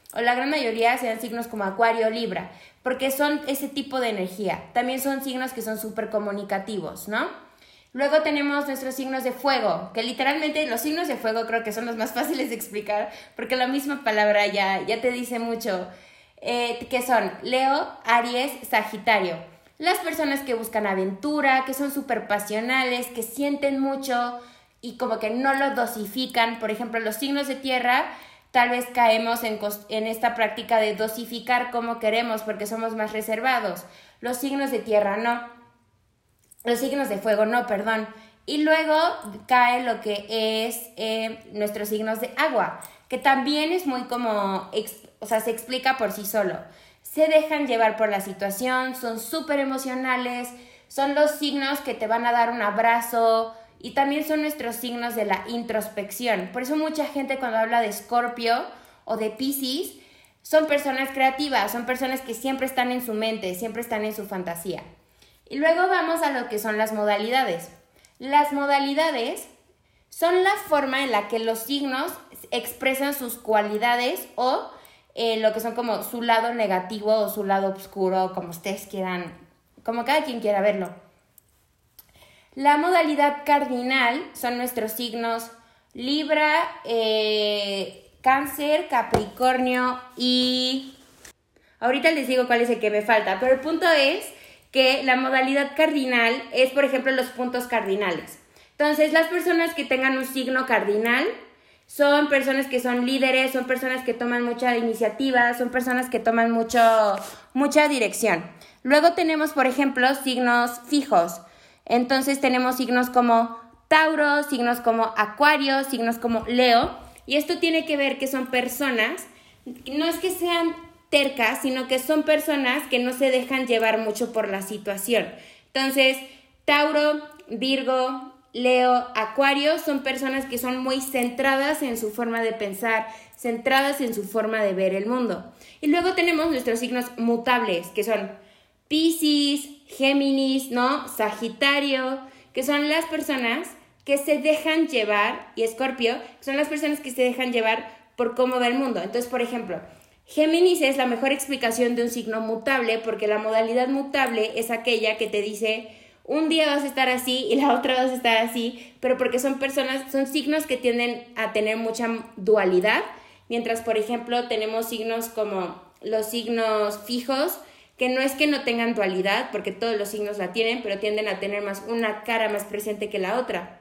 o la gran mayoría sean signos como Acuario o Libra, porque son ese tipo de energía. También son signos que son súper comunicativos, ¿no? Luego tenemos nuestros signos de fuego, que literalmente los signos de fuego creo que son los más fáciles de explicar, porque la misma palabra ya te dice mucho, que son Leo, Aries, Sagitario. Las personas que buscan aventura, que son súper pasionales, que sienten mucho y como que no lo dosifican. Por ejemplo, los signos de tierra tal vez caemos en esta práctica de dosificar como queremos porque somos más reservados. Los signos de tierra no. Los signos de fuego no, perdón. Y luego cae lo que es nuestros signos de agua, que también es muy como, se explica por sí solo. Se dejan llevar por la situación, son súper emocionales, son los signos que te van a dar un abrazo y también son nuestros signos de la introspección. Por eso mucha gente cuando habla de Escorpio o de Piscis, son personas creativas, son personas que siempre están en su mente, siempre están en su fantasía. Y luego vamos a lo que son las modalidades. Las modalidades son la forma en la que los signos expresan sus cualidades o lo que son como su lado negativo o su lado oscuro, como ustedes quieran, como cada quien quiera verlo. La modalidad cardinal son nuestros signos Libra, Cáncer, Capricornio y... Ahorita les digo cuál es el que me falta, pero el punto es que la modalidad cardinal es, por ejemplo, los puntos cardinales. Entonces, las personas que tengan un signo cardinal son personas que son líderes, son personas que toman mucha iniciativa, son personas que toman mucha dirección. Luego tenemos, por ejemplo, signos fijos. Entonces tenemos signos como Tauro, signos como Acuario, signos como Leo. Y esto tiene que ver que son personas, no es que sean tercas, sino que son personas que no se dejan llevar mucho por la situación. Entonces, Tauro, Virgo, Leo, Acuario son personas que son muy centradas en su forma de pensar, centradas en su forma de ver el mundo. Y luego tenemos nuestros signos mutables, que son Piscis, Géminis, ¿no? Sagitario, que son las personas que se dejan llevar, y Escorpio, que son las personas que se dejan llevar por cómo ve el mundo. Entonces, por ejemplo, Géminis es la mejor explicación de un signo mutable, porque la modalidad mutable es aquella que te dice... Un día vas a estar así y la otra vas a estar así, pero porque son signos que tienden a tener mucha dualidad, mientras, por ejemplo, tenemos signos como los signos fijos, que no es que no tengan dualidad, porque todos los signos la tienen, pero tienden a tener una cara más presente que la otra.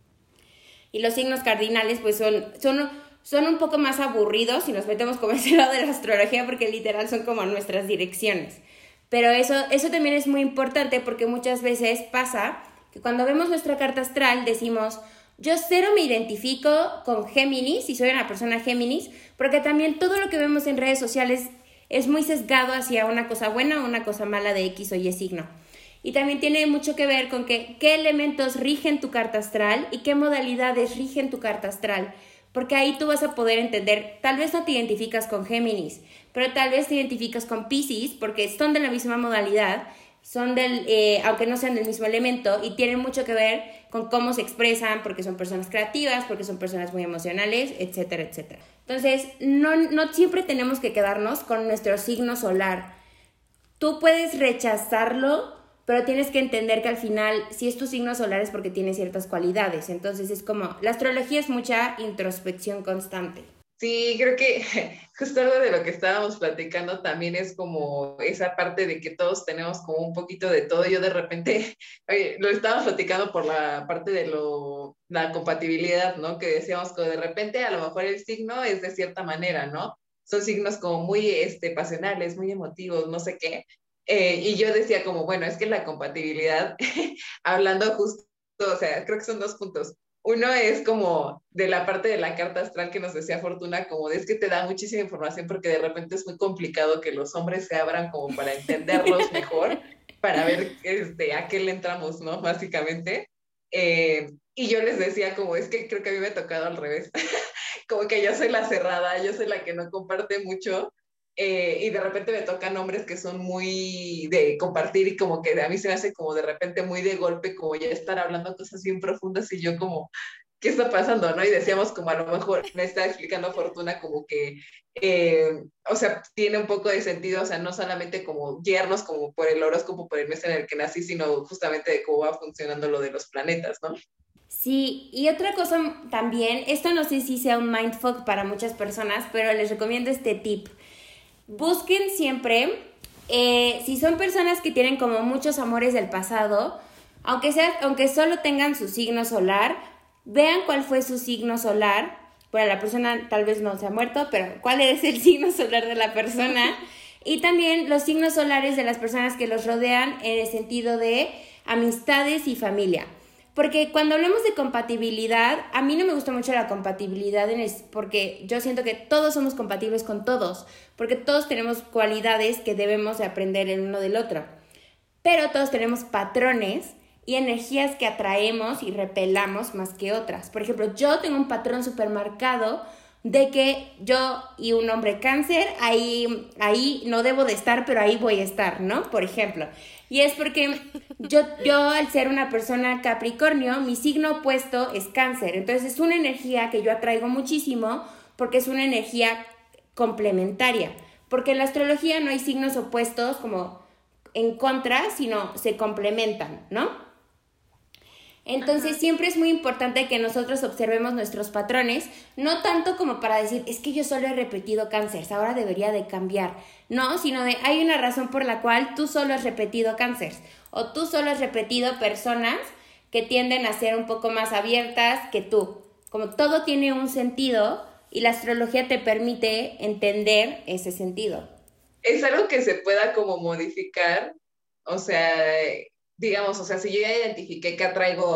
Y los signos cardinales, pues son un poco más aburridos si nos metemos como ese lado de la astrología, porque literal son como nuestras direcciones. Pero eso también es muy importante porque muchas veces pasa que cuando vemos nuestra carta astral decimos, yo cero me identifico con Géminis y soy una persona Géminis, porque también todo lo que vemos en redes sociales es muy sesgado hacia una cosa buena o una cosa mala de X o Y signo. Y también tiene mucho que ver con qué elementos rigen tu carta astral y qué modalidades rigen tu carta astral. Porque ahí tú vas a poder entender, tal vez no te identificas con Géminis, pero tal vez te identificas con Piscis, porque son de la misma modalidad, son aunque no sean del mismo elemento, y tienen mucho que ver con cómo se expresan, porque son personas creativas, porque son personas muy emocionales, etcétera, etcétera. Entonces, no siempre tenemos que quedarnos con nuestro signo solar. Tú puedes rechazarlo, pero tienes que entender que al final, si es tu signo solar es porque tiene ciertas cualidades. Entonces es como, la astrología es mucha introspección constante. Sí, creo que justo algo de lo que estábamos platicando también es como esa parte de que todos tenemos como un poquito de todo. Yo de repente, lo estábamos platicando por la parte de la compatibilidad, ¿no? Que decíamos que de repente a lo mejor el signo es de cierta manera, ¿no? Son signos como muy pasionales, muy emotivos, no sé qué. Y yo decía como, bueno, es que la compatibilidad, hablando justo, o sea, creo que son dos puntos. Uno es como de la parte de la carta astral que nos decía Fortuna, como es que te da muchísima información porque de repente es muy complicado que los hombres se abran como para entenderlos mejor, para ver a qué le entramos, ¿no? Básicamente. Y yo les decía como, es que creo que a mí me ha tocado al revés, como que yo soy la cerrada, yo soy la que no comparte mucho. Y de repente me tocan hombres que son muy de compartir y como que a mí se me hace como de repente muy de golpe, como ya estar hablando cosas bien profundas y yo como, ¿qué está pasando, no? Y decíamos como a lo mejor me está explicando Fortuna como que, o sea, tiene un poco de sentido, o sea, no solamente como guiarnos como por el horóscopo, por el mes en el que nací, sino justamente de cómo va funcionando lo de los planetas, ¿no? Sí, y otra cosa también, esto no sé si sea un mindfuck para muchas personas, pero les recomiendo este tip. Busquen siempre, si son personas que tienen como muchos amores del pasado, aunque solo tengan su signo solar, vean cuál fue su signo solar. Bueno, la persona tal vez no se ha muerto, pero cuál es el signo solar de la persona. Y también los signos solares de las personas que los rodean en el sentido de amistades y familia. Porque cuando hablamos de compatibilidad, a mí no me gusta mucho la compatibilidad porque yo siento que todos somos compatibles con todos, porque todos tenemos cualidades que debemos de aprender el uno del otro. Pero todos tenemos patrones y energías que atraemos y repelamos más que otras. Por ejemplo, yo tengo un patrón súper marcado de que yo y un hombre cáncer, ahí no debo de estar, pero ahí voy a estar, ¿no? Por ejemplo. Y es porque yo al ser una persona Capricornio, mi signo opuesto es cáncer. Entonces es una energía que yo atraigo muchísimo porque es una energía complementaria. Porque en la astrología no hay signos opuestos como en contra, sino se complementan, ¿no? Entonces siempre es muy importante que nosotros observemos nuestros patrones, no tanto como para decir, es que yo solo he repetido cáncer, ahora debería de cambiar. No, sino de hay una razón por la cual tú solo has repetido cáncer o tú solo has repetido personas que tienden a ser un poco más abiertas que tú. Como todo tiene un sentido y la astrología te permite entender ese sentido. Es algo que se pueda como modificar, o sea, digamos, o sea, si yo ya identifiqué que atraigo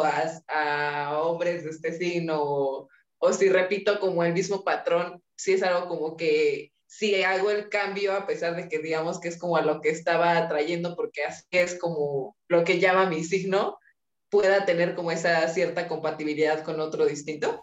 a hombres de este signo o si repito como el mismo patrón, si es algo como que si hago el cambio a pesar de que digamos que es como a lo que estaba atrayendo porque así es como lo que llama mi signo, pueda tener como esa cierta compatibilidad con otro distinto.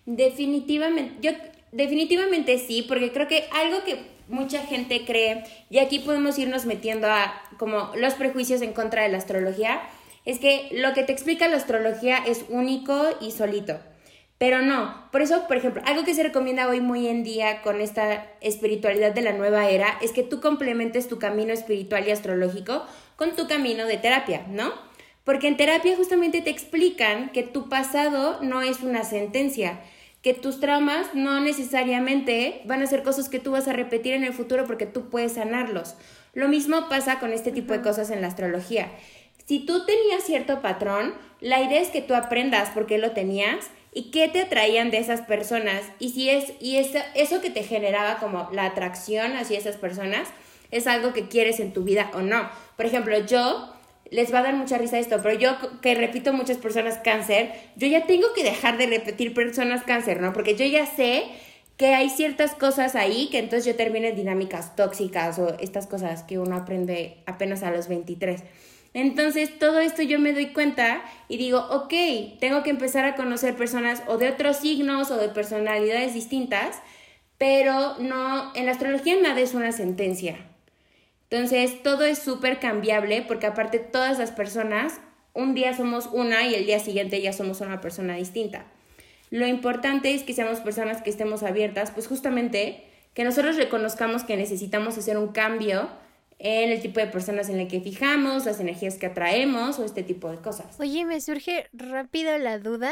Definitivamente sí, porque creo que algo que mucha gente cree, y aquí podemos irnos metiendo a como los prejuicios en contra de la astrología, es que lo que te explica la astrología es único y solito. Pero no, por eso, por ejemplo, algo que se recomienda hoy muy en día con esta espiritualidad de la nueva era es que tú complementes tu camino espiritual y astrológico con tu camino de terapia, ¿no? Porque en terapia justamente te explican que tu pasado no es una sentencia, que tus traumas no necesariamente van a ser cosas que tú vas a repetir en el futuro porque tú puedes sanarlos. Lo mismo pasa con este tipo de cosas en la astrología. Si tú tenías cierto patrón, la idea es que tú aprendas por qué lo tenías y qué te atraían de esas personas y eso que te generaba como la atracción hacia esas personas es algo que quieres en tu vida o no. Por ejemplo, les va a dar mucha risa esto, pero yo que repito muchas personas cáncer, yo ya tengo que dejar de repetir personas cáncer, ¿no? Porque yo ya sé que hay ciertas cosas ahí que entonces yo termino en dinámicas tóxicas o estas cosas que uno aprende apenas a los 23. Entonces todo esto yo me doy cuenta y digo, ok, tengo que empezar a conocer personas o de otros signos o de personalidades distintas, pero no, en la astrología nada es una sentencia. Entonces, todo es súper cambiable porque aparte todas las personas, un día somos una y el día siguiente ya somos una persona distinta. Lo importante es que seamos personas que estemos abiertas, pues justamente que nosotros reconozcamos que necesitamos hacer un cambio en el tipo de personas en el que fijamos, las energías que atraemos o este tipo de cosas. Oye, me surge rápido la duda.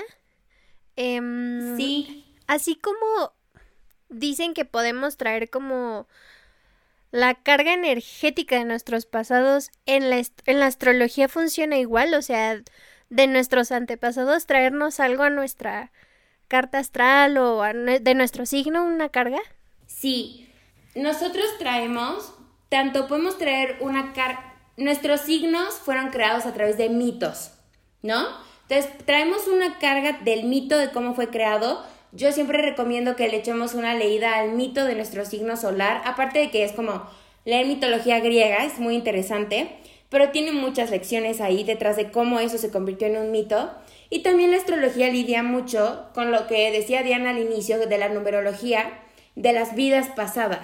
Sí. Así como dicen que podemos traer como la carga energética de nuestros pasados en la astrología funciona igual, o sea, de nuestros antepasados traernos algo a nuestra carta astral o de nuestro signo, una carga. Sí, nosotros podemos traer una carga, nuestros signos fueron creados a través de mitos, ¿no? Entonces traemos una carga del mito de cómo fue creado. Yo siempre recomiendo que le echemos una leída al mito de nuestro signo solar, aparte de que es como leer mitología griega, es muy interesante, pero tiene muchas lecciones ahí detrás de cómo eso se convirtió en un mito. Y también la astrología lidia mucho con lo que decía Diana al inicio de la numerología, de las vidas pasadas.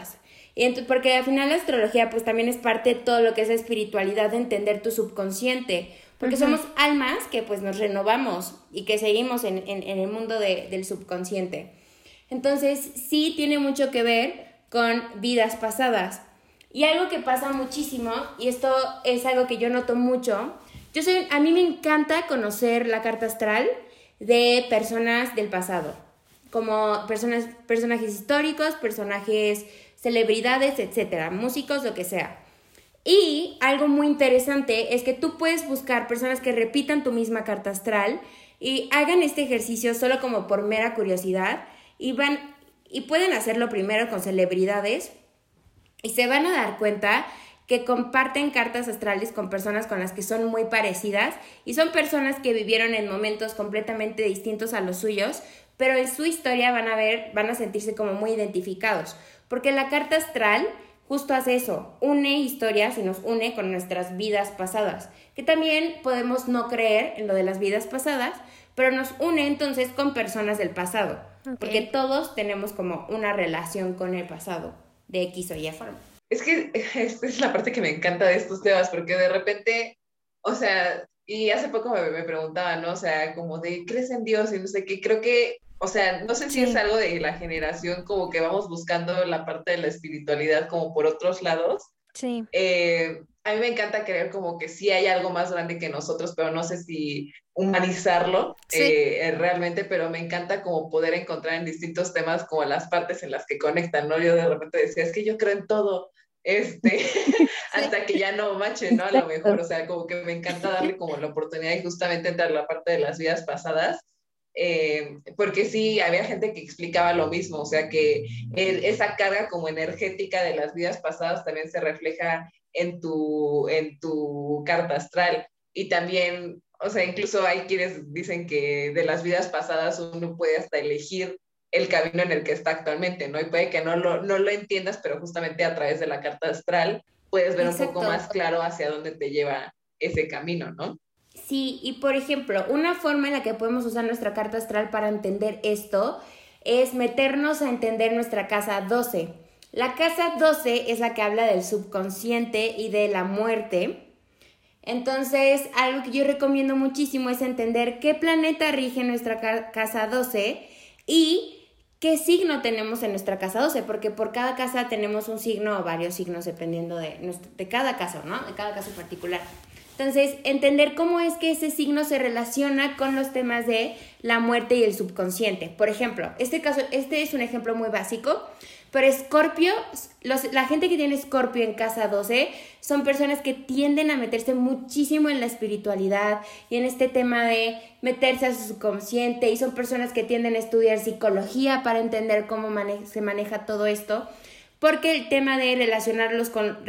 Porque al final la astrología pues también es parte de todo lo que es la espiritualidad, de entender tu subconsciente, porque somos almas que pues nos renovamos y que seguimos en el mundo del subconsciente. Entonces sí tiene mucho que ver con vidas pasadas. Y algo que pasa muchísimo, y esto es algo que yo noto mucho, a mí me encanta conocer la carta astral de personas del pasado, como personajes históricos, personajes, celebridades, etcétera, músicos, lo que sea. Y algo muy interesante es que tú puedes buscar personas que repitan tu misma carta astral y hagan este ejercicio solo como por mera curiosidad y pueden hacerlo primero con celebridades y se van a dar cuenta que comparten cartas astrales con personas con las que son muy parecidas y son personas que vivieron en momentos completamente distintos a los suyos, pero en su historia van a sentirse como muy identificados, porque la carta astral justo hace eso, une historias y nos une con nuestras vidas pasadas, que también podemos no creer en lo de las vidas pasadas, pero nos une entonces con personas del pasado, porque todos tenemos como una relación con el pasado, de X o Y forma. Es que esta es la parte que me encanta de estos temas, porque de repente, o sea, y hace poco me preguntaban, ¿no? O sea, como de, ¿crees en Dios? Y no sé qué, creo que, o sea, no sé si es algo de la generación, como que vamos buscando la parte de la espiritualidad como por otros lados. Sí. A mí me encanta creer como que sí hay algo más grande que nosotros, pero no sé si humanizarlo realmente, pero me encanta como poder encontrar en distintos temas como las partes en las que conectan, ¿no? Yo de repente decía, es que yo creo en todo, hasta que ya no mache, ¿no? A lo mejor, o sea, como que me encanta darle como la oportunidad y justamente entrar a la parte de las vidas pasadas, porque sí, había gente que explicaba lo mismo, o sea, que esa carga como energética de las vidas pasadas también se refleja en tu carta astral, y también, o sea, incluso hay quienes dicen que de las vidas pasadas uno puede hasta elegir el camino en el que está actualmente, ¿no? Y puede que no lo entiendas, pero justamente a través de la carta astral puedes ver un poco más claro hacia dónde te lleva ese camino, ¿no? Sí, y por ejemplo, una forma en la que podemos usar nuestra carta astral para entender esto es meternos a entender nuestra casa 12. La casa 12 es la que habla del subconsciente y de la muerte. Entonces, algo que yo recomiendo muchísimo es entender qué planeta rige nuestra casa 12 y qué signo tenemos en nuestra casa 12, porque por cada casa tenemos un signo o varios signos dependiendo de cada caso, ¿no? De cada caso particular. Entonces, entender cómo es que ese signo se relaciona con los temas de la muerte y el subconsciente. Por ejemplo, este es un ejemplo muy básico, pero Escorpio, la gente que tiene Escorpio en casa 12 son personas que tienden a meterse muchísimo en la espiritualidad y en este tema de meterse a su subconsciente, y son personas que tienden a estudiar psicología para entender cómo se maneja todo esto, porque el tema de relacionarnos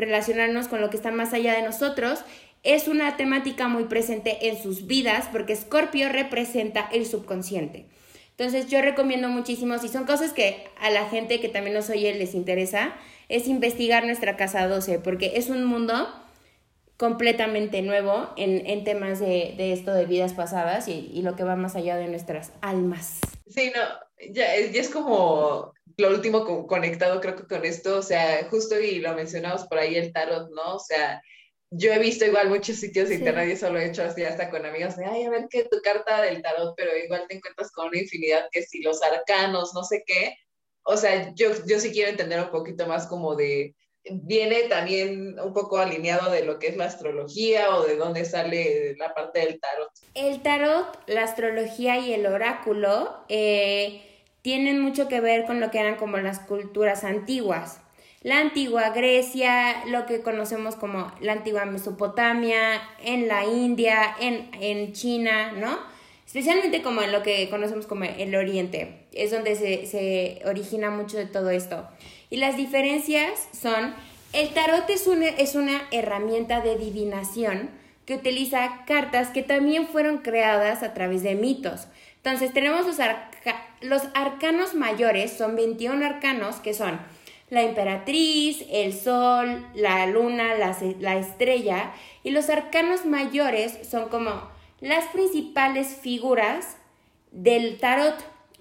con lo que está más allá de nosotros es una temática muy presente en sus vidas, porque Escorpio representa el subconsciente. Entonces yo recomiendo muchísimo, si son cosas que a la gente que también nos oye les interesa, es investigar nuestra casa 12, porque es un mundo completamente nuevo en temas de esto de vidas pasadas y lo que va más allá de nuestras almas. Sí, no, ya es como lo último conectado creo que con esto, o sea, justo y lo mencionamos por ahí el tarot, ¿no? O sea, yo he visto igual muchos sitios de internet y eso lo he hecho así hasta con amigos de, ay, a ver qué tu carta del tarot, pero igual te encuentras con una infinidad que si los arcanos, no sé qué. O sea, yo sí quiero entender un poquito más como de, viene también un poco alineado de lo que es la astrología o de dónde sale la parte del tarot. El tarot, la astrología y el oráculo tienen mucho que ver con lo que eran como las culturas antiguas. La antigua Grecia, lo que conocemos como la antigua Mesopotamia, en la India, en China, ¿no? Especialmente como en lo que conocemos como el Oriente, es donde se origina mucho de todo esto. Y las diferencias son, el tarot es una herramienta de adivinación que utiliza cartas que también fueron creadas a través de mitos. Entonces tenemos los arcanos mayores, son 21 arcanos que son la emperatriz, el sol, la luna, la estrella, y los arcanos mayores son como las principales figuras del tarot.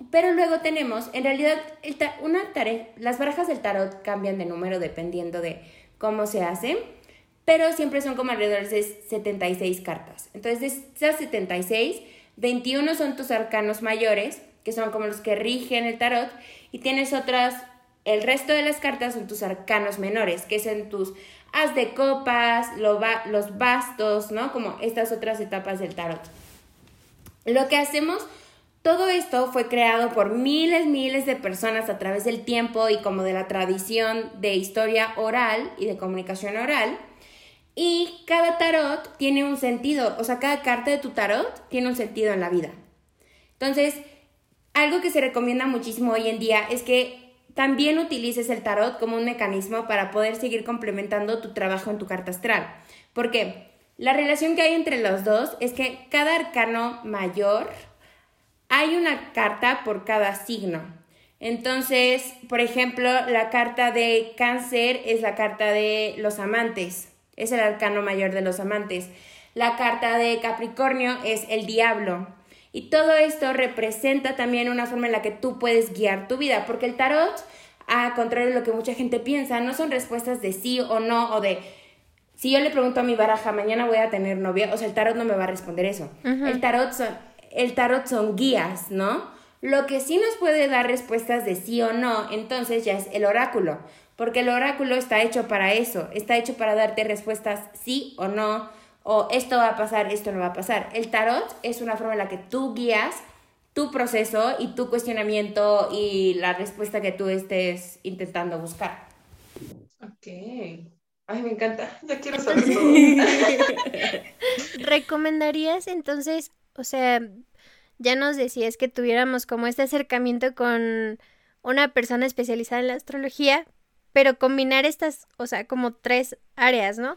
Pero luego tenemos, en realidad, las barajas del tarot cambian de número dependiendo de cómo se hacen, pero siempre son como alrededor de 76 cartas. Entonces, de esas 76, 21 son tus arcanos mayores, que son como los que rigen el tarot, y tienes el resto de las cartas son tus arcanos menores, que son tus as de copas, los bastos, ¿no? Como estas otras etapas del tarot. Lo que hacemos, todo esto fue creado por miles de personas a través del tiempo y como de la tradición de historia oral y de comunicación oral. Y cada tarot tiene un sentido, o sea, cada carta de tu tarot tiene un sentido en la vida. Entonces, algo que se recomienda muchísimo hoy en día es que también utilices el tarot como un mecanismo para poder seguir complementando tu trabajo en tu carta astral. ¿Por qué? La relación que hay entre los dos es que cada arcano mayor hay una carta por cada signo. Entonces, por ejemplo, la carta de Cáncer es la carta de los amantes. Es el arcano mayor de los amantes. La carta de Capricornio es el diablo. Y todo esto representa también una forma en la que tú puedes guiar tu vida. Porque el tarot, a contrario de lo que mucha gente piensa, no son respuestas de sí o no, o de si yo le pregunto a mi baraja, mañana voy a tener novia, o sea, el tarot no me va a responder eso. Uh-huh. El tarot son guías, ¿no? Lo que sí nos puede dar respuestas de sí o no, entonces ya es el oráculo, porque el oráculo está hecho para eso, está hecho para darte respuestas sí o no, o esto va a pasar, esto no va a pasar. El tarot es una forma en la que tú guías tu proceso y tu cuestionamiento y la respuesta que tú estés intentando buscar. Ok. Ay, me encanta, ya quiero saber todo. ¿Recomendarías entonces, o sea, ya nos decías que tuviéramos como este acercamiento con una persona especializada en la astrología, pero combinar estas, o sea, como 3 áreas, ¿no?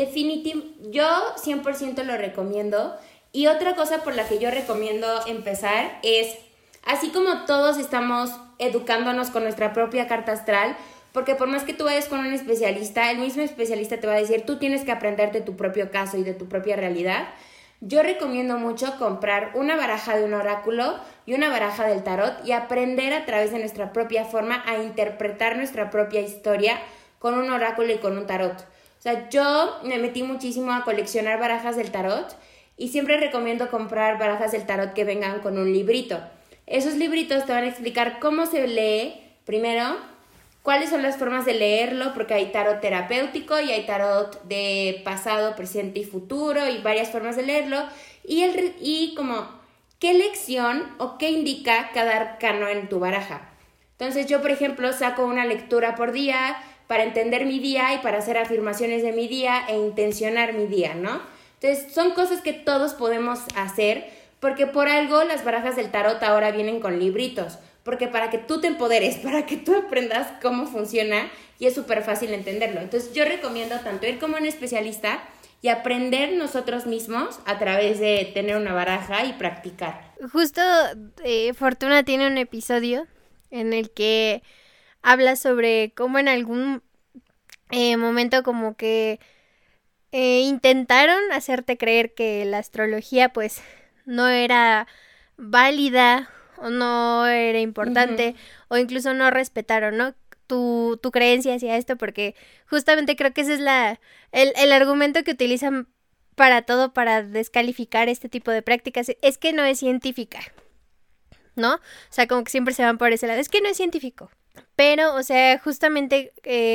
Yo 100% lo recomiendo. Y otra cosa por la que yo recomiendo empezar es, así como todos estamos educándonos con nuestra propia carta astral, porque por más que tú vayas con un especialista, el mismo especialista te va a decir, tú tienes que aprenderte tu propio caso y de tu propia realidad. Yo recomiendo mucho comprar una baraja de un oráculo y una baraja del tarot y aprender a través de nuestra propia forma a interpretar nuestra propia historia con un oráculo y con un tarot. O sea, yo me metí muchísimo a coleccionar barajas del tarot y siempre recomiendo comprar barajas del tarot que vengan con un librito. Esos libritos te van a explicar cómo se lee, primero, cuáles son las formas de leerlo, porque hay tarot terapéutico y hay tarot de pasado, presente y futuro y varias formas de leerlo, y como qué lección o qué indica cada arcano en tu baraja. Entonces yo, por ejemplo, saco una lectura por día para entender mi día y para hacer afirmaciones de mi día e intencionar mi día, ¿no? Entonces son cosas que todos podemos hacer, porque por algo las barajas del tarot ahora vienen con libritos, porque para que tú te empoderes, para que tú aprendas cómo funciona y es súper fácil entenderlo. Entonces yo recomiendo tanto ir como un especialista y aprender nosotros mismos a través de tener una baraja y practicar. Justo Fortuna tiene un episodio en el que habla sobre cómo en algún momento como que intentaron hacerte creer que la astrología pues no era válida o no era importante, uh-huh, o incluso no respetaron, ¿no? Tu creencia hacia esto, porque justamente creo que ese es el argumento que utilizan para todo, para descalificar este tipo de prácticas, es que no es científica, ¿no? O sea, como que siempre se van por ese lado, es que no es científico. Pero, o sea, justamente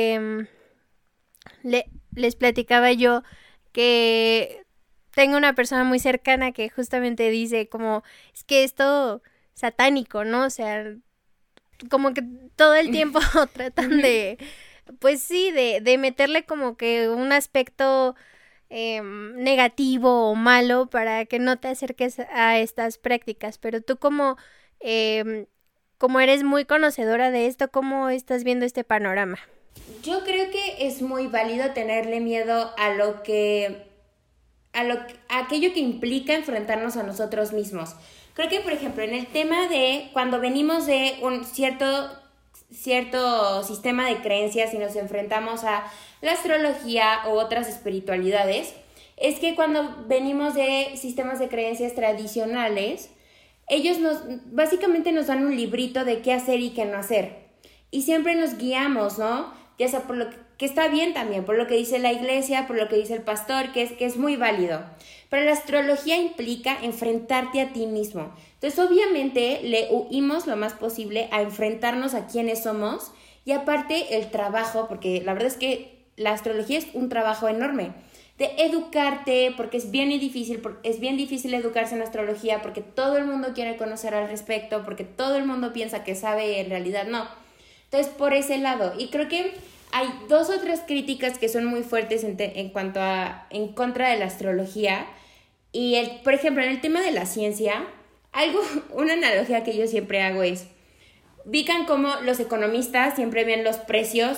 les platicaba yo que tengo una persona muy cercana que justamente dice como, es que esto satánico, ¿no? O sea, como que todo el tiempo tratan de, pues sí, de meterle como que un aspecto negativo o malo para que no te acerques a estas prácticas. Pero tú como eres muy conocedora de esto, ¿cómo estás viendo este panorama? Yo creo que es muy válido tenerle miedo a aquello que implica enfrentarnos a nosotros mismos. Creo que, por ejemplo, en el tema de cuando venimos de un cierto sistema de creencias y nos enfrentamos a la astrología u otras espiritualidades, es que cuando venimos de sistemas de creencias tradicionales, ellos básicamente nos dan un librito de qué hacer y qué no hacer. Y siempre nos guiamos, ¿no? Ya sea por lo que está bien también, por lo que dice la iglesia, por lo que dice el pastor, que es muy válido. Pero la astrología implica enfrentarte a ti mismo. Entonces, obviamente, le huimos lo más posible a enfrentarnos a quiénes somos y aparte el trabajo, porque la verdad es que la astrología es un trabajo enorme, de educarte, porque es bien difícil educarse en astrología, porque todo el mundo quiere conocer al respecto, porque todo el mundo piensa que sabe y en realidad no. Entonces, por ese lado, y creo que hay 2 o 3 críticas que son muy fuertes en cuanto a en contra de la astrología. Y, por ejemplo, en el tema de la ciencia, una analogía que yo siempre hago es, ubican como los economistas siempre ven los precios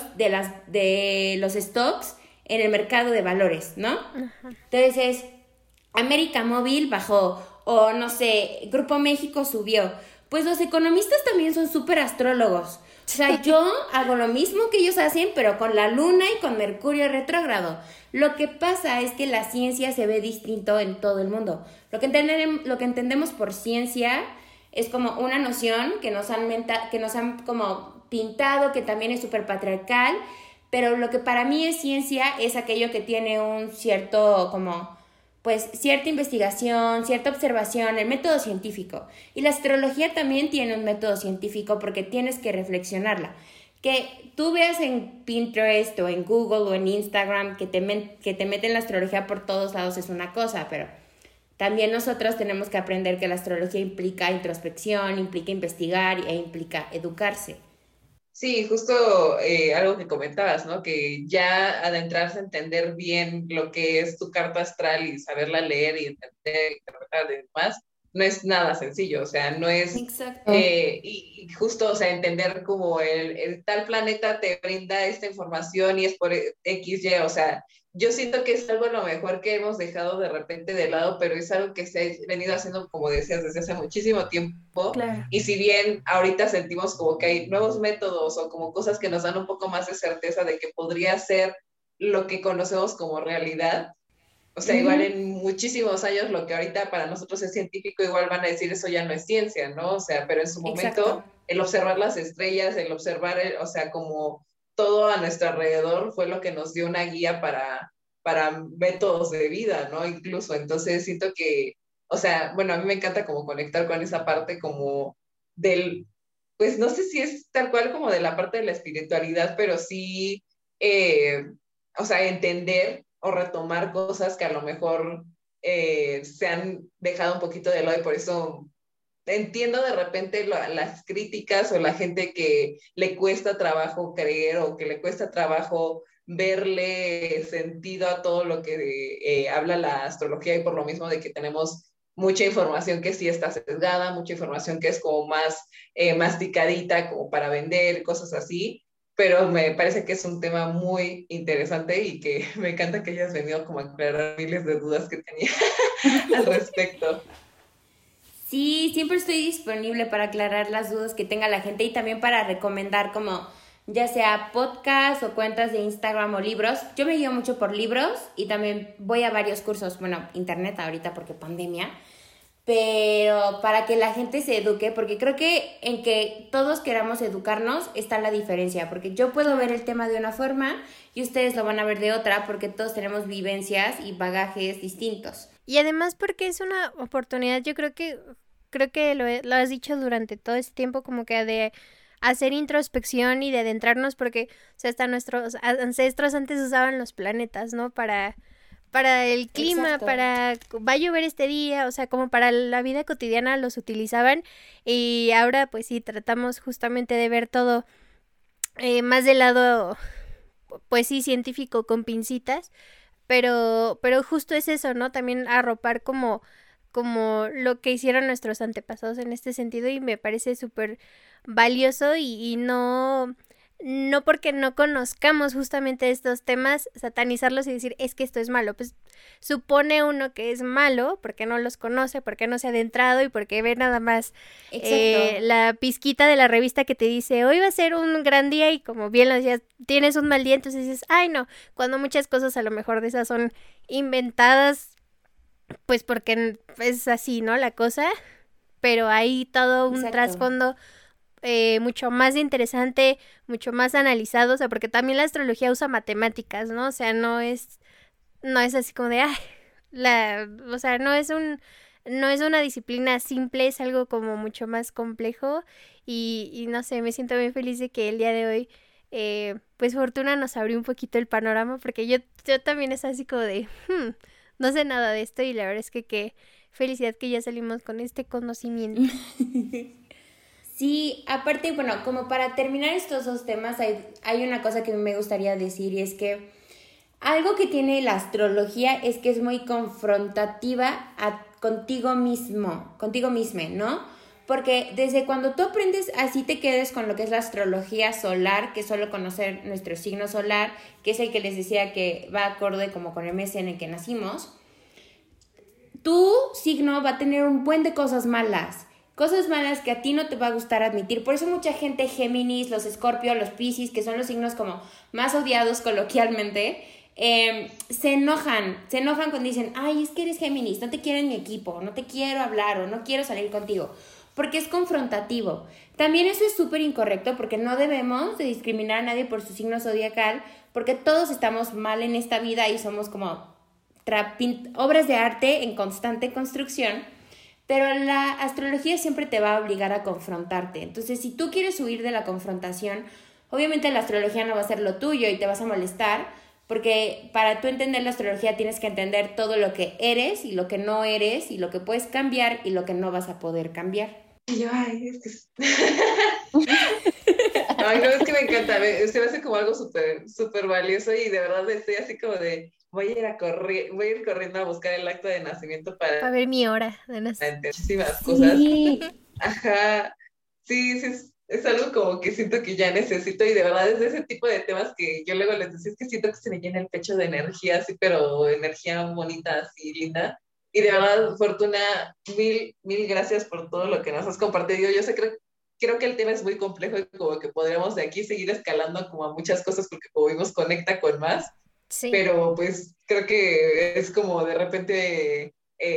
de los stocks en el mercado de valores, ¿no? Uh-huh. Entonces, América Móvil bajó, o no sé, Grupo México subió. Pues los economistas también son súper astrólogos. O sea, yo hago lo mismo que ellos hacen, pero con la luna y con Mercurio retrógrado. Lo que pasa es que la ciencia se ve distinto en todo el mundo. Lo que entendemos por ciencia es como una noción que nos han como pintado, que también es súper patriarcal, pero lo que para mí es ciencia es aquello que tiene un cierto como pues cierta investigación, cierta observación, el método científico. Y la astrología también tiene un método científico porque tienes que reflexionarla. Que tú veas en Pinterest o en Google o en Instagram que te meten la astrología por todos lados es una cosa, pero también nosotros tenemos que aprender que la astrología implica introspección, implica investigar e implica educarse. Sí, justo algo que comentabas, ¿no? Que ya adentrarse a entender bien lo que es tu carta astral y saberla leer y entender, interpretar y demás, no es nada sencillo, o sea, no es... Exacto. Y justo, o sea, entender como el tal planeta te brinda esta información y es por X, Y, o sea, yo siento que es algo a lo mejor que hemos dejado de repente de lado, pero es algo que se ha venido haciendo, como decías, desde hace muchísimo tiempo. Claro. Y si bien ahorita sentimos como que hay nuevos métodos o como cosas que nos dan un poco más de certeza de que podría ser lo que conocemos como realidad, o sea, igual en muchísimos años lo que ahorita para nosotros es científico, igual van a decir eso ya no es ciencia, ¿no? O sea, pero en su momento, exacto, el observar las estrellas, el observar, o sea, como todo a nuestro alrededor fue lo que nos dio una guía para métodos de vida, ¿no? Incluso, entonces siento que, o sea, bueno, a mí me encanta como conectar con esa parte como pues no sé si es tal cual como de la parte de la espiritualidad, pero sí, o sea, entender o retomar cosas que a lo mejor se han dejado un poquito de lado y por eso entiendo de repente las críticas o la gente que le cuesta trabajo creer o que le cuesta trabajo verle sentido a todo lo que habla la astrología y por lo mismo de que tenemos mucha información que sí está sesgada, mucha información que es como más masticadita como para vender, cosas así, pero me parece que es un tema muy interesante y que me encanta que hayas venido como a aclarar miles de dudas que tenía al respecto. Sí, siempre estoy disponible para aclarar las dudas que tenga la gente y también para recomendar como ya sea podcast o cuentas de Instagram o libros. Yo me guío mucho por libros y también voy a varios cursos, bueno, internet ahorita porque pandemia, pero para que la gente se eduque, porque creo que en que todos queramos educarnos está la diferencia, porque yo puedo ver el tema de una forma y ustedes lo van a ver de otra, porque todos tenemos vivencias y bagajes distintos. Y además porque es una oportunidad, yo creo que lo has dicho durante todo este tiempo, como que de hacer introspección y de adentrarnos, porque o sea, hasta nuestros ancestros antes usaban los planetas, ¿no? Para el clima, exacto, para va a llover este día, o sea, como para la vida cotidiana los utilizaban y ahora pues sí, tratamos justamente de ver todo más del lado, pues sí, científico con pincitas, pero justo es eso, ¿no? También arropar como lo que hicieron nuestros antepasados en este sentido y me parece súper valioso y no porque no conozcamos justamente estos temas, satanizarlos y decir, es que esto es malo. Pues supone uno que es malo porque no los conoce, porque no se ha adentrado y porque ve nada más la pizquita de la revista que te dice, hoy va a ser un gran día y como bien lo decías, tienes un mal día, entonces dices, ay no, cuando muchas cosas a lo mejor de esas son inventadas, pues porque es así, ¿no? La cosa, pero hay todo un Exacto. trasfondo mucho más interesante, mucho más analizado, o sea, porque también la astrología usa matemáticas, ¿no? O sea, no es así como de, o sea, no es una disciplina simple, es algo como mucho más complejo y no sé, me siento bien feliz de que el día de hoy, pues Fortuna nos abrió un poquito el panorama, porque yo también es así como de, no sé nada de esto y la verdad es que qué felicidad que ya salimos con este conocimiento. Sí, aparte, bueno, como para terminar estos dos temas, hay una cosa que me gustaría decir y es que algo que tiene la astrología es que es muy confrontativa contigo mismo, contigo misma, ¿no? Porque desde cuando tú aprendes, así te quedes con lo que es la astrología solar, que es solo conocer nuestro signo solar, que es el que les decía que va acorde como con el mes en el que nacimos, tu signo va a tener un buen de cosas malas que a ti no te va a gustar admitir. Por eso mucha gente, Géminis, los Escorpio, los Piscis, que son los signos como más odiados coloquialmente, se enojan cuando dicen, ay, es que eres Géminis, no te quiero en mi equipo, no te quiero hablar o no quiero salir contigo, porque es confrontativo. También eso es súper incorrecto, porque no debemos de discriminar a nadie por su signo zodiacal, porque todos estamos mal en esta vida y somos como obras de arte en constante construcción, pero la astrología siempre te va a obligar a confrontarte. Entonces, si tú quieres huir de la confrontación, obviamente la astrología no va a ser lo tuyo y te vas a molestar, porque para tú entender la astrología tienes que entender todo lo que eres y lo que no eres y lo que puedes cambiar y lo que no vas a poder cambiar. Y yo, ay, es que... Ay, no, es que me encanta, se me hace como algo súper, súper valioso y de verdad estoy así como de, voy a ir corriendo a buscar el acta de nacimiento para ver mi hora de entender muchísimas cosas. Ajá, sí, es algo como que siento que ya necesito y de verdad es de ese tipo de temas que yo luego les decía, es que siento que se me llena el pecho de energía, así, pero energía bonita, así, linda. Y de verdad, Fortuna, mil gracias por todo lo que nos has compartido. Yo sé, creo que el tema es muy complejo y como que podríamos de aquí seguir escalando como a muchas cosas porque como vimos conecta con más, Sí. pero pues creo que es como de repente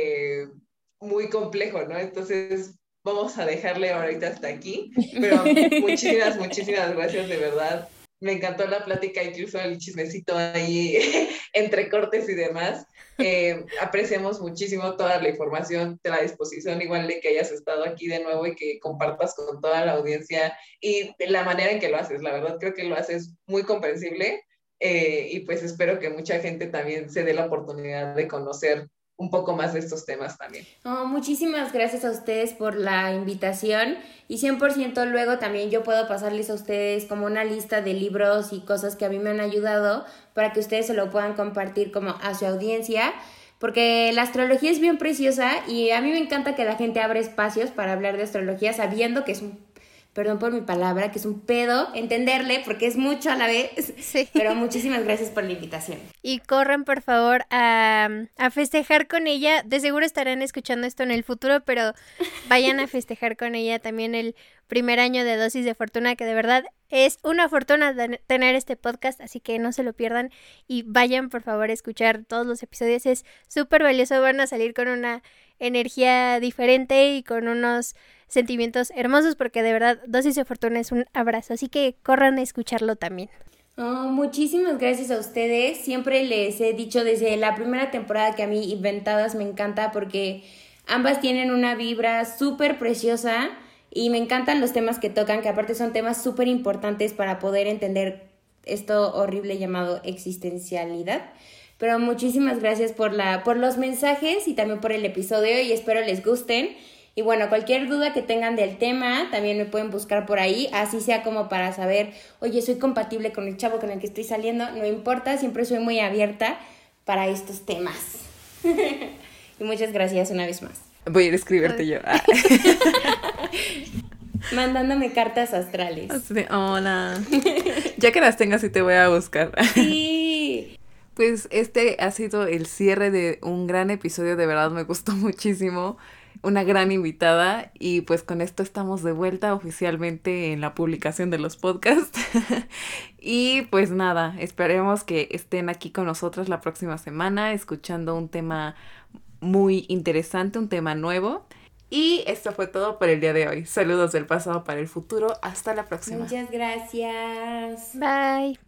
muy complejo, ¿no? Entonces vamos a dejarle ahorita hasta aquí, pero muchísimas gracias de verdad. Me encantó la plática, incluso el chismecito ahí entre cortes y demás. Apreciamos muchísimo toda la información, de la disposición, igual de que hayas estado aquí de nuevo y que compartas con toda la audiencia y la manera en que lo haces. La verdad creo que lo haces muy comprensible y pues espero que mucha gente también se dé la oportunidad de conocer un poco más de estos temas también. Oh, muchísimas gracias a ustedes por la invitación y 100% luego también yo puedo pasarles a ustedes como una lista de libros y cosas que a mí me han ayudado para que ustedes se lo puedan compartir como a su audiencia, porque la astrología es bien preciosa y a mí me encanta que la gente abra espacios para hablar de astrología sabiendo que es perdón por mi palabra, que es un pedo entenderle porque es mucho a la vez. Sí. Pero muchísimas gracias por la invitación. Y corran por favor a festejar con ella. De seguro estarán escuchando esto en el futuro, pero vayan a festejar con ella también el primer año de Dosis de Fortuna, que de verdad es una fortuna tener este podcast, así que no se lo pierdan y vayan por favor a escuchar todos los episodios. Es súper valioso, van a salir con una energía diferente y con unos sentimientos hermosos, porque de verdad Dosis de Fortuna es un abrazo, así que corran a escucharlo también. Oh, muchísimas gracias a ustedes. Siempre les he dicho desde la primera temporada que a mí Inventadas me encanta porque ambas tienen una vibra súper preciosa y me encantan los temas que tocan, que aparte son temas súper importantes para poder entender esto horrible llamado existencialidad. Pero muchísimas gracias por los mensajes y también por el episodio y espero les gusten. Y bueno, cualquier duda que tengan del tema, también me pueden buscar por ahí, así sea como para saber, oye, soy compatible con el chavo con el que estoy saliendo, no importa, siempre soy muy abierta para estos temas. Y muchas gracias una vez más. Voy a ir a escribirte yo. Mandándome cartas astrales. Hola. Ya que las tengas, sí te voy a buscar. Sí. Pues este ha sido el cierre de un gran episodio, de verdad me gustó muchísimo. Una gran invitada y pues con esto estamos de vuelta oficialmente en la publicación de los podcasts y pues nada, esperemos que estén aquí con nosotros la próxima semana escuchando un tema muy interesante, un tema nuevo Y esto fue todo por el día de hoy. Saludos del pasado para el futuro. Hasta la próxima. Muchas gracias. Bye.